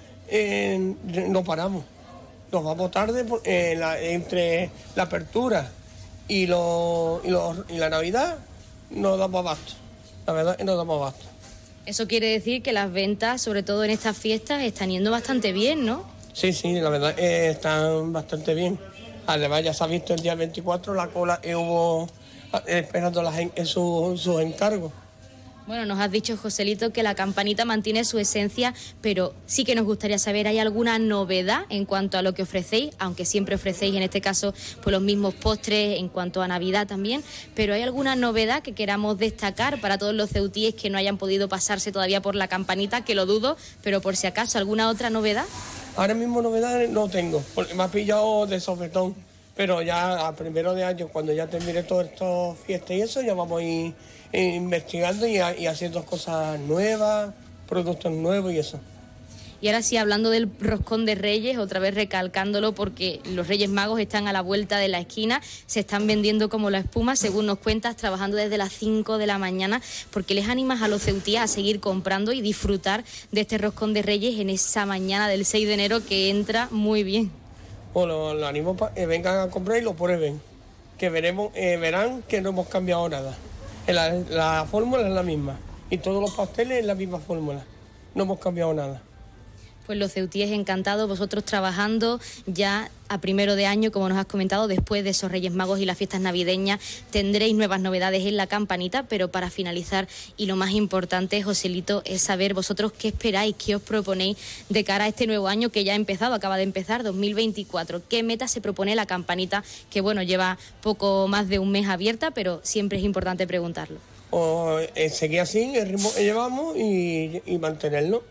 Eh, no paramos, nos vamos tarde eh, la, entre la apertura y, lo, y, lo, y la Navidad no damos abasto, la verdad es que no damos abasto. Eso quiere decir que las ventas, sobre todo en estas fiestas, están yendo bastante bien, ¿no? Sí, sí, la verdad eh, están bastante bien. Además ya se ha visto el día veinticuatro la cola que hubo eh, esperando la gente en sus su encargos. Bueno, nos has dicho, Joselito, que la campanita mantiene su esencia, pero sí que nos gustaría saber, ¿hay alguna novedad en cuanto a lo que ofrecéis? Aunque siempre ofrecéis, en este caso, pues los mismos postres en cuanto a Navidad también, pero ¿hay alguna novedad que queramos destacar para todos los ceutíes que no hayan podido pasarse todavía por la campanita, que lo dudo, pero por si acaso, ¿alguna otra novedad? Ahora mismo novedades no tengo, porque me ha pillado de sopetón, pero ya a primero de año, cuando ya termine todas estas fiestas y eso, ya vamos a ir investigando y, y haciendo cosas nuevas, productos nuevos y eso. Y ahora sí, hablando del roscón de Reyes, otra vez recalcándolo porque los Reyes Magos están a la vuelta de la esquina, se están vendiendo como la espuma, según nos cuentas, trabajando desde las cinco de la mañana, porque les animas a los ceutíes a seguir comprando y disfrutar de este roscón de Reyes en esa mañana del seis de enero que entra muy bien. Bueno, lo animo para que vengan a comprar y lo prueben, que veremos, eh, verán que no hemos cambiado nada. La, la fórmula es la misma y todos los pasteles es la misma fórmula, no hemos cambiado nada. Pues los ceutíes encantados, vosotros trabajando ya a primero de año, como nos has comentado, después de esos Reyes Magos y las fiestas navideñas, tendréis nuevas novedades en la campanita, pero para finalizar, y lo más importante, Joselito, es saber vosotros qué esperáis, qué os proponéis de cara a este nuevo año que ya ha empezado, acaba de empezar, dos mil veinticuatro. ¿Qué meta se propone la campanita, que bueno, lleva poco más de un mes abierta, pero siempre es importante preguntarlo? O eh, seguir así, el ritmo que llevamos y, y mantenerlo,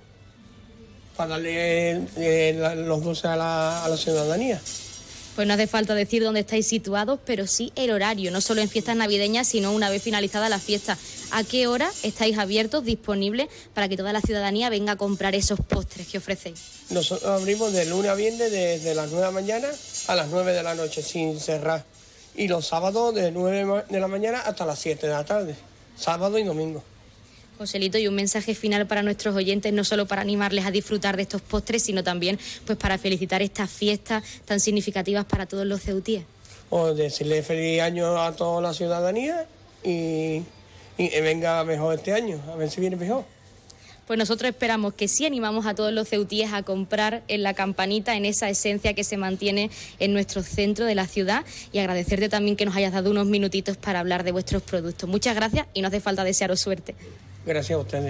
para darle eh, los dulces a la, a la ciudadanía. Pues no hace falta decir dónde estáis situados, pero sí el horario, no solo en fiestas navideñas, sino una vez finalizada la fiesta. ¿A qué hora estáis abiertos, disponibles, para que toda la ciudadanía venga a comprar esos postres que ofrecéis? Nosotros abrimos de lunes a viernes desde las nueve de la mañana a las nueve de la noche, sin cerrar. Y los sábados de nueve de la mañana hasta las siete de la tarde, sábado y domingo. Joselito, y un mensaje final para nuestros oyentes, no solo para animarles a disfrutar de estos postres, sino también pues para felicitar estas fiestas tan significativas para todos los ceutíes. O decirle feliz año a toda la ciudadanía y, y que venga mejor este año, a ver si viene mejor. Pues nosotros esperamos que sí, animamos a todos los ceutíes a comprar en la campanita, en esa esencia que se mantiene en nuestro centro de la ciudad, y agradecerte también que nos hayas dado unos minutitos para hablar de vuestros productos. Muchas gracias y no hace falta desearos suerte. Gracias a ustedes.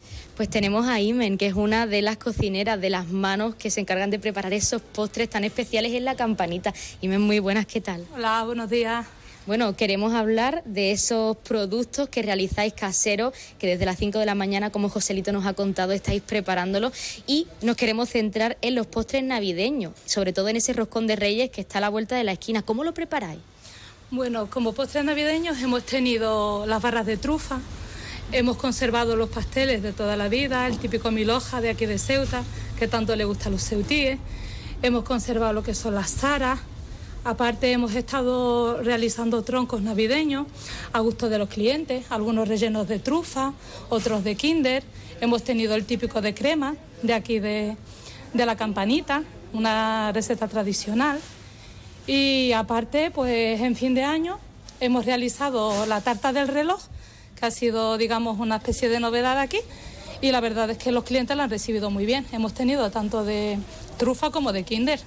Pues tenemos a Imen, que es una de las cocineras, de las manos que se encargan de preparar esos postres tan especiales en La Campanita. Imen, muy buenas, ¿qué tal? Hola, buenos días. Bueno, queremos hablar de esos productos que realizáis caseros, que desde las cinco de la mañana, como Joselito nos ha contado, estáis preparándolos, y nos queremos centrar en los postres navideños, sobre todo en ese roscón de Reyes que está a la vuelta de la esquina. ¿Cómo lo preparáis? Bueno, como postres navideños hemos tenido las barras de trufa, hemos conservado los pasteles de toda la vida, el típico mil hojas de aquí de Ceuta, que tanto le gusta a los ceutíes, hemos conservado lo que son las zaras. Aparte hemos estado realizando troncos navideños a gusto de los clientes, algunos rellenos de trufa, otros de Kinder. Hemos tenido el típico de crema de aquí de, de La Campanita, una receta tradicional. Y aparte, pues en fin de año hemos realizado la tarta del reloj, que ha sido, digamos, una especie de novedad aquí. Y la verdad es que los clientes la han recibido muy bien. Hemos tenido tanto de trufa como de Kinder.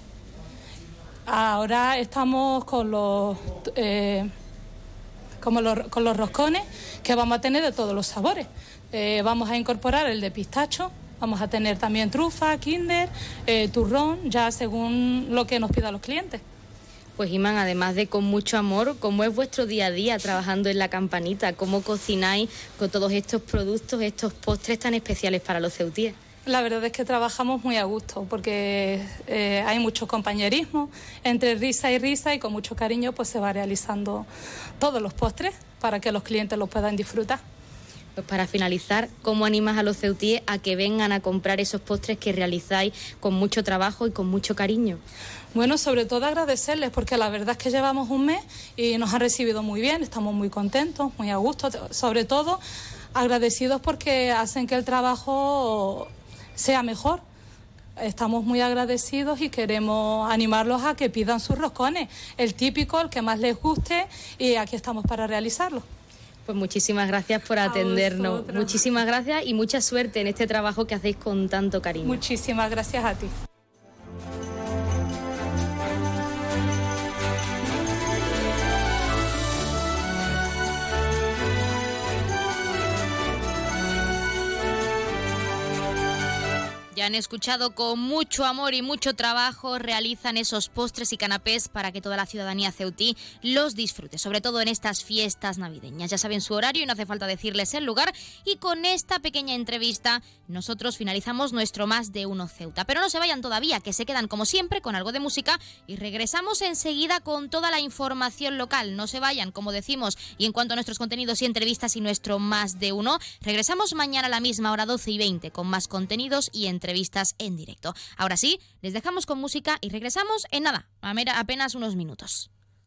Ahora estamos con los, eh, como los, con los roscones, que vamos a tener de todos los sabores. Eh, vamos a incorporar el de pistacho, vamos a tener también trufa, Kinder, eh, turrón, ya según lo que nos pidan los clientes. Pues Iman, además de con mucho amor, ¿cómo es vuestro día a día trabajando en La Campanita? ¿Cómo cocináis con todos estos productos, estos postres tan especiales para los ceutíes? La verdad es que trabajamos muy a gusto porque eh, hay mucho compañerismo, entre risa y risa, y con mucho cariño pues se va realizando todos los postres para que los clientes los puedan disfrutar. Pues para finalizar, ¿cómo animas a los ceutíes a que vengan a comprar esos postres que realizáis con mucho trabajo y con mucho cariño? Bueno, sobre todo agradecerles, porque la verdad es que llevamos un mes y nos han recibido muy bien, estamos muy contentos, muy a gusto, sobre todo agradecidos porque hacen que el trabajo sea mejor. Estamos muy agradecidos y queremos animarlos a que pidan sus roscones, el típico, el que más les guste, y aquí estamos para realizarlo. Pues muchísimas gracias por atendernos, muchísimas gracias y mucha suerte en este trabajo que hacéis con tanto cariño. Muchísimas gracias a ti. Ya han escuchado, con mucho amor y mucho trabajo realizan esos postres y canapés para que toda la ciudadanía ceutí los disfrute, sobre todo en estas fiestas navideñas. Ya saben su horario y no hace falta decirles el lugar. Y con esta pequeña entrevista nosotros finalizamos nuestro Más de Uno Ceuta. Pero no se vayan todavía, que se quedan como siempre con algo de música y regresamos enseguida con toda la información local. No se vayan, como decimos, y en cuanto a nuestros contenidos y entrevistas y nuestro Más de Uno, regresamos mañana a la misma hora, doce y veinte, con más contenidos y entrevistas en directo. Ahora sí, les dejamos con música y regresamos en nada, apenas unos minutos.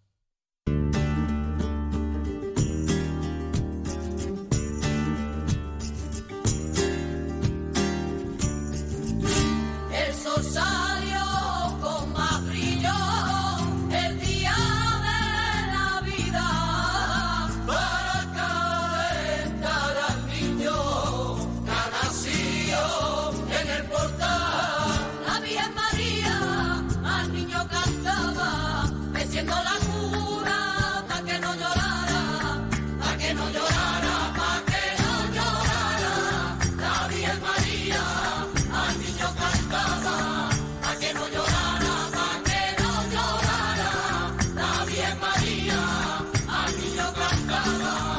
El sol salió con más brillo el día de Navidad para calentar al niño que nació en el portal. La Virgen María al niño cantaba, meciendo la cuna para que no llorara, para que no llorara, para que no llorara. La Virgen María al niño cantaba, para que no llorara, para que no llorara. La Virgen María al niño cantaba.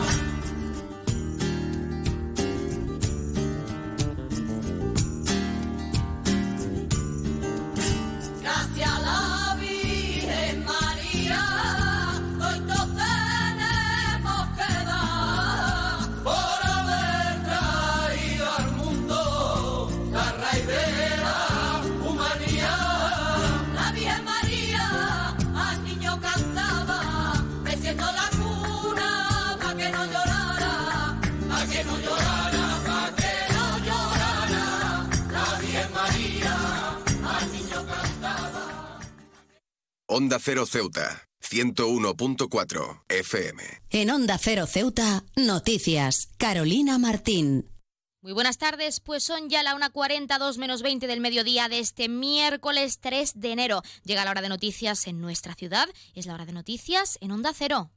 Gracias a la Virgen María, hoy todos tenemos que dar por haber traído al mundo la raíz de la humanidad. La Virgen María al niño cantaba, meciendo la cuna para que no llorara, para que no llorara, para que no llorara. La Virgen María al niño cantaba. Onda Cero Ceuta, ciento uno punto cuatro F M. En Onda Cero Ceuta, noticias. Carolina Martín. Muy buenas tardes, pues son ya la una cuarenta, dos menos veinte del mediodía de este miércoles tres de enero. Llega la hora de noticias en nuestra ciudad, es la hora de noticias en Onda Cero.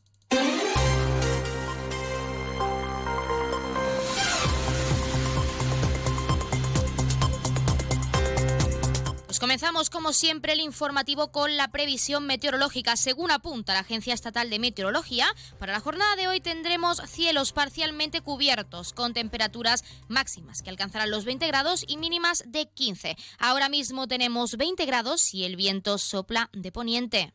Comenzamos, como siempre, el informativo con la previsión meteorológica. Según apunta la Agencia Estatal de Meteorología, para la jornada de hoy tendremos cielos parcialmente cubiertos, con temperaturas máximas que alcanzarán los veinte grados y mínimas de quince. Ahora mismo tenemos veinte grados y el viento sopla de poniente.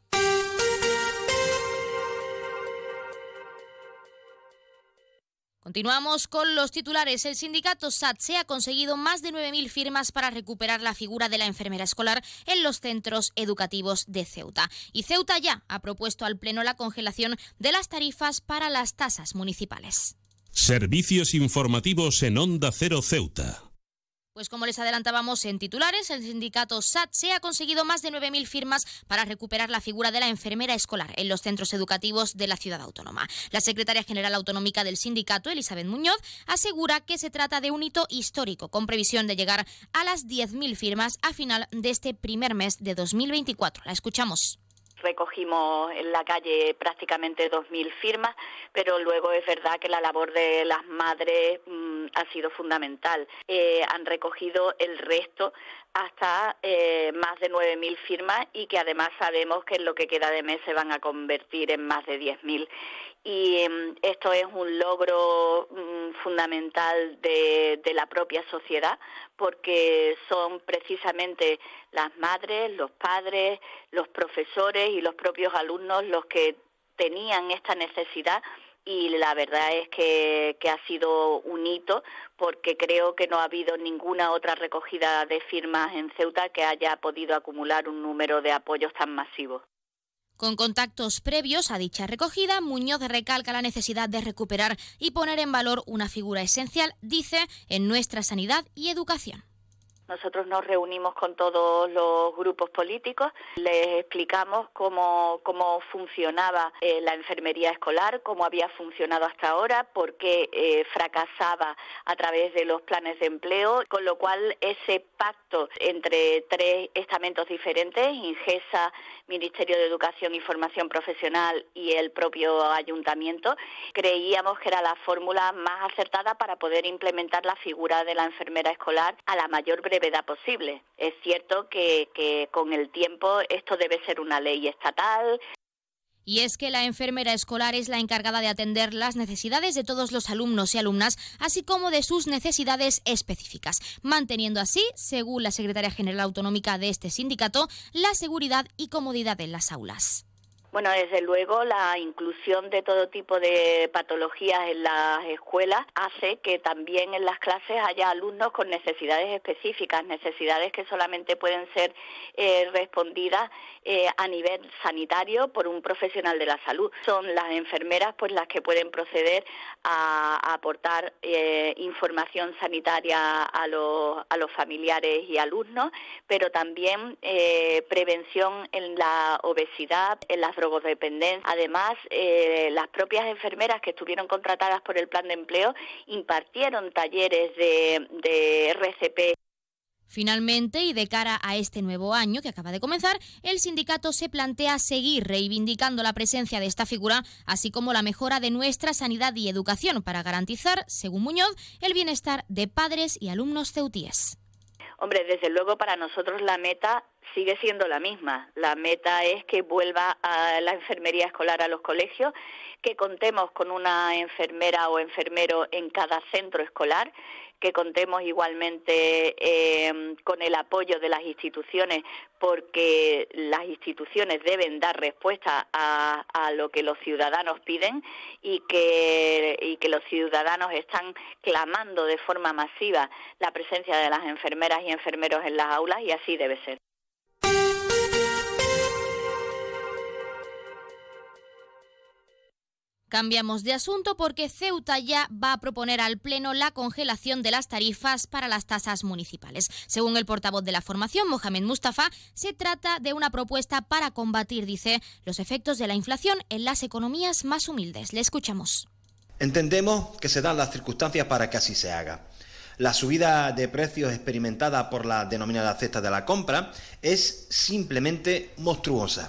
Continuamos con los titulares. El sindicato SATSE ha conseguido más de nueve mil firmas para recuperar la figura de la enfermera escolar en los centros educativos de Ceuta. Y Ceuta ya ha propuesto al Pleno la congelación de las tarifas para las tasas municipales. Servicios informativos en Onda Cero Ceuta. Pues como les adelantábamos en titulares, el sindicato SATSE ha conseguido más de nueve mil firmas para recuperar la figura de la enfermera escolar en los centros educativos de la ciudad autónoma. La secretaria general autonómica del sindicato, Elizabeth Muñoz, asegura que se trata de un hito histórico, con previsión de llegar a las diez mil firmas a final de este primer mes de dos mil veinticuatro. La escuchamos. Recogimos en la calle prácticamente dos mil firmas, pero luego es verdad que la labor de las madres mmm, ha sido fundamental. Eh, han recogido el resto hasta eh, más de nueve mil firmas y que además sabemos que en lo que queda de mes se van a convertir en más de diez mil. Y eh, esto es un logro mm, fundamental de, de la propia sociedad, porque son precisamente las madres, los padres, los profesores y los propios alumnos los que tenían esta necesidad. Y la verdad es que, que ha sido un hito, porque creo que no ha habido ninguna otra recogida de firmas en Ceuta que haya podido acumular un número de apoyos tan masivos. Con contactos previos a dicha recogida, Muñoz recalca la necesidad de recuperar y poner en valor una figura esencial, dice, en nuestra sanidad y educación. Nosotros nos reunimos con todos los grupos políticos, les explicamos cómo, cómo funcionaba eh, la enfermería escolar, cómo había funcionado hasta ahora, por qué eh, fracasaba a través de los planes de empleo, con lo cual ese pacto entre tres estamentos diferentes, INGESA, Ministerio de Educación y Formación Profesional y el propio ayuntamiento, creíamos que era la fórmula más acertada para poder implementar la figura de la enfermera escolar a la mayor brevedad posible. Es cierto que, que con el tiempo esto debe ser una ley estatal. Y es que la enfermera escolar es la encargada de atender las necesidades de todos los alumnos y alumnas, así como de sus necesidades específicas, manteniendo así, según la secretaria general autonómica de este sindicato, la seguridad y comodidad en las aulas. Bueno, desde luego la inclusión de todo tipo de patologías en las escuelas hace que también en las clases haya alumnos con necesidades específicas, necesidades que solamente pueden ser eh, respondidas eh, a nivel sanitario por un profesional de la salud. Son las enfermeras pues las que pueden proceder a, a aportar eh, información sanitaria a los, a los familiares y alumnos, pero también eh, prevención en la obesidad, en las drogodependencia. Además, eh, las propias enfermeras que estuvieron contratadas por el plan de empleo impartieron talleres de, de R C P. Finalmente, y de cara a este nuevo año que acaba de comenzar, el sindicato se plantea seguir reivindicando la presencia de esta figura, así como la mejora de nuestra sanidad y educación para garantizar, según Muñoz, el bienestar de padres y alumnos ceutíes. Hombre, desde luego para nosotros la meta sigue siendo la misma. La meta es que vuelva a la enfermería escolar a los colegios, que contemos con una enfermera o enfermero en cada centro escolar, que contemos igualmente eh, con el apoyo de las instituciones, porque las instituciones deben dar respuesta a, a lo que los ciudadanos piden y que, y que los ciudadanos están clamando de forma masiva la presencia de las enfermeras y enfermeros en las aulas, y así debe ser. Cambiamos de asunto porque Ceuta ya va a proponer al Pleno la congelación de las tarifas para las tasas municipales. Según el portavoz de la formación, Mohamed Mustafa, se trata de una propuesta para combatir, dice, los efectos de la inflación en las economías más humildes. Le escuchamos. Entendemos que se dan las circunstancias para que así se haga. La subida de precios experimentada por la denominada cesta de la compra es simplemente monstruosa.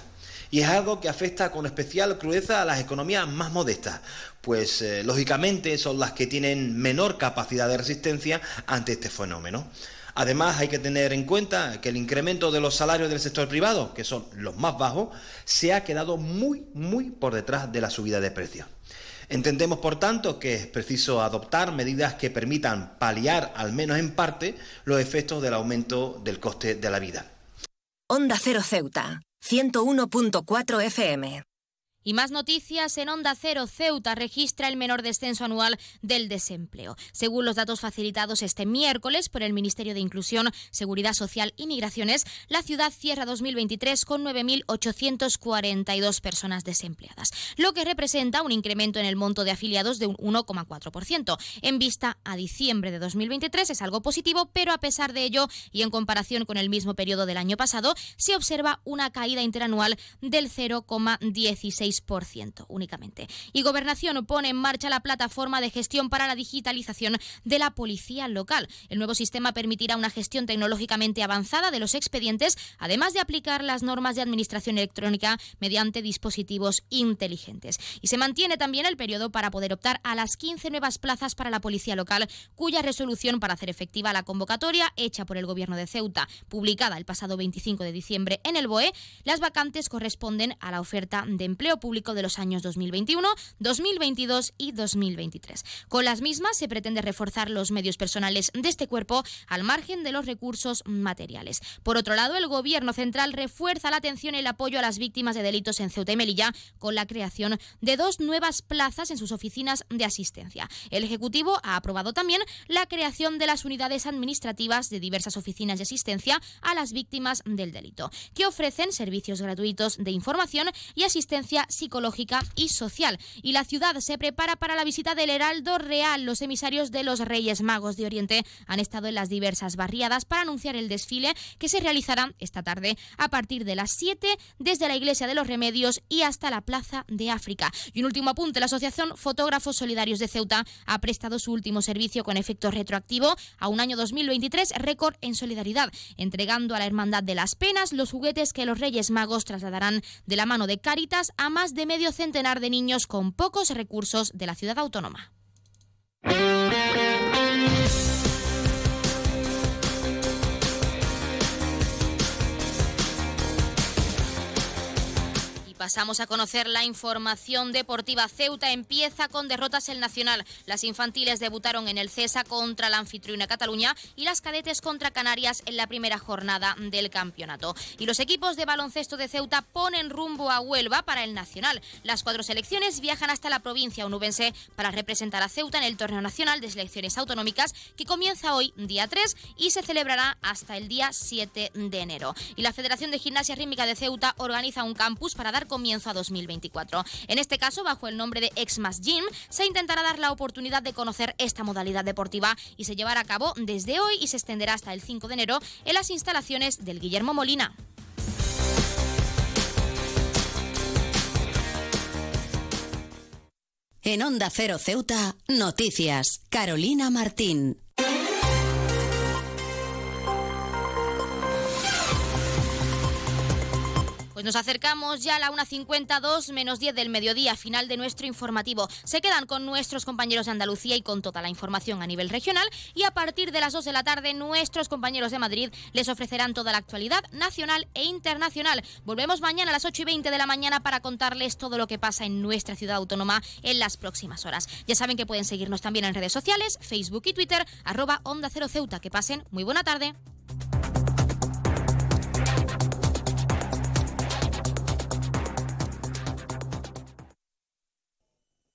Y es algo que afecta con especial crudeza a las economías más modestas, pues eh, lógicamente son las que tienen menor capacidad de resistencia ante este fenómeno. Además, hay que tener en cuenta que el incremento de los salarios del sector privado, que son los más bajos, se ha quedado muy, muy por detrás de la subida de precios. Entendemos, por tanto, que es preciso adoptar medidas que permitan paliar, al menos en parte, los efectos del aumento del coste de la vida. Onda Cero Ceuta, ciento uno punto cuatro F M. Y más noticias en Onda Cero. Ceuta registra el menor descenso anual del desempleo. Según los datos facilitados este miércoles por el Ministerio de Inclusión, Seguridad Social y Migraciones, la ciudad cierra dos mil veintitrés con nueve mil ochocientas cuarenta y dos personas desempleadas, lo que representa un incremento en el monto de afiliados de un uno coma cuatro por ciento. En vista a diciembre de dos mil veintitrés es algo positivo, pero a pesar de ello y en comparación con el mismo periodo del año pasado, se observa una caída interanual del cero coma dieciséis por ciento únicamente. Y Gobernación pone en marcha la plataforma de gestión para la digitalización de la policía local. El nuevo sistema permitirá una gestión tecnológicamente avanzada de los expedientes, además de aplicar las normas de administración electrónica mediante dispositivos inteligentes. Y se mantiene también el periodo para poder optar a las quince nuevas plazas para la policía local, cuya resolución para hacer efectiva la convocatoria hecha por el Gobierno de Ceuta, publicada el pasado veinticinco de diciembre en el B O E, las vacantes corresponden a la oferta de empleo público de los años dos mil veintiuno, dos mil veintidós y dos mil veintitrés. Con las mismas se pretende reforzar los medios personales de este cuerpo al margen de los recursos materiales. Por otro lado, el Gobierno central refuerza la atención y el apoyo a las víctimas de delitos en Ceuta y Melilla con la creación de dos nuevas plazas en sus oficinas de asistencia. El Ejecutivo ha aprobado también la creación de las unidades administrativas de diversas oficinas de asistencia a las víctimas del delito, que ofrecen servicios gratuitos de información y asistencia psicológica y social. Y la ciudad se prepara para la visita del Heraldo Real. Los emisarios de los Reyes Magos de Oriente han estado en las diversas barriadas para anunciar el desfile que se realizará esta tarde a partir de las siete desde la Iglesia de los Remedios y hasta la Plaza de África. Y un último apunte, la Asociación Fotógrafos Solidarios de Ceuta ha prestado su último servicio con efecto retroactivo a un año dos mil veintitrés récord en solidaridad, entregando a la Hermandad de las Penas los juguetes que los Reyes Magos trasladarán de la mano de Cáritas a más de medio centenar de niños con pocos recursos de la ciudad autónoma. Pasamos a conocer la información deportiva. Ceuta empieza con derrotas el Nacional. Las infantiles debutaron en el Cesa contra la anfitriona Cataluña y las cadetes contra Canarias en la primera jornada del campeonato. Y los equipos de baloncesto de Ceuta ponen rumbo a Huelva para el Nacional. Las cuatro selecciones viajan hasta la provincia onubense para representar a Ceuta en el Torneo Nacional de Selecciones Autonómicas, que comienza hoy, día tres, y se celebrará hasta el día siete de enero. Y la Federación de Gimnasia Rítmica de Ceuta organiza un campus para dar comienzo a dos mil veinticuatro. En este caso, bajo el nombre de Exmas Gym, se intentará dar la oportunidad de conocer esta modalidad deportiva y se llevará a cabo desde hoy y se extenderá hasta el cinco de enero en las instalaciones del Guillermo Molina. En Onda Cero Ceuta, noticias. Carolina Martín. Pues nos acercamos ya a la una cincuenta y dos menos diez del mediodía, final de nuestro informativo. Se quedan con nuestros compañeros de Andalucía y con toda la información a nivel regional, y a partir de las dos de la tarde nuestros compañeros de Madrid les ofrecerán toda la actualidad nacional e internacional. Volvemos mañana a las ocho y veinte de la mañana para contarles todo lo que pasa en nuestra ciudad autónoma en las próximas horas. Ya saben que pueden seguirnos también en redes sociales, Facebook y Twitter, arroba Onda Cero Ceuta. Que pasen muy buena tarde.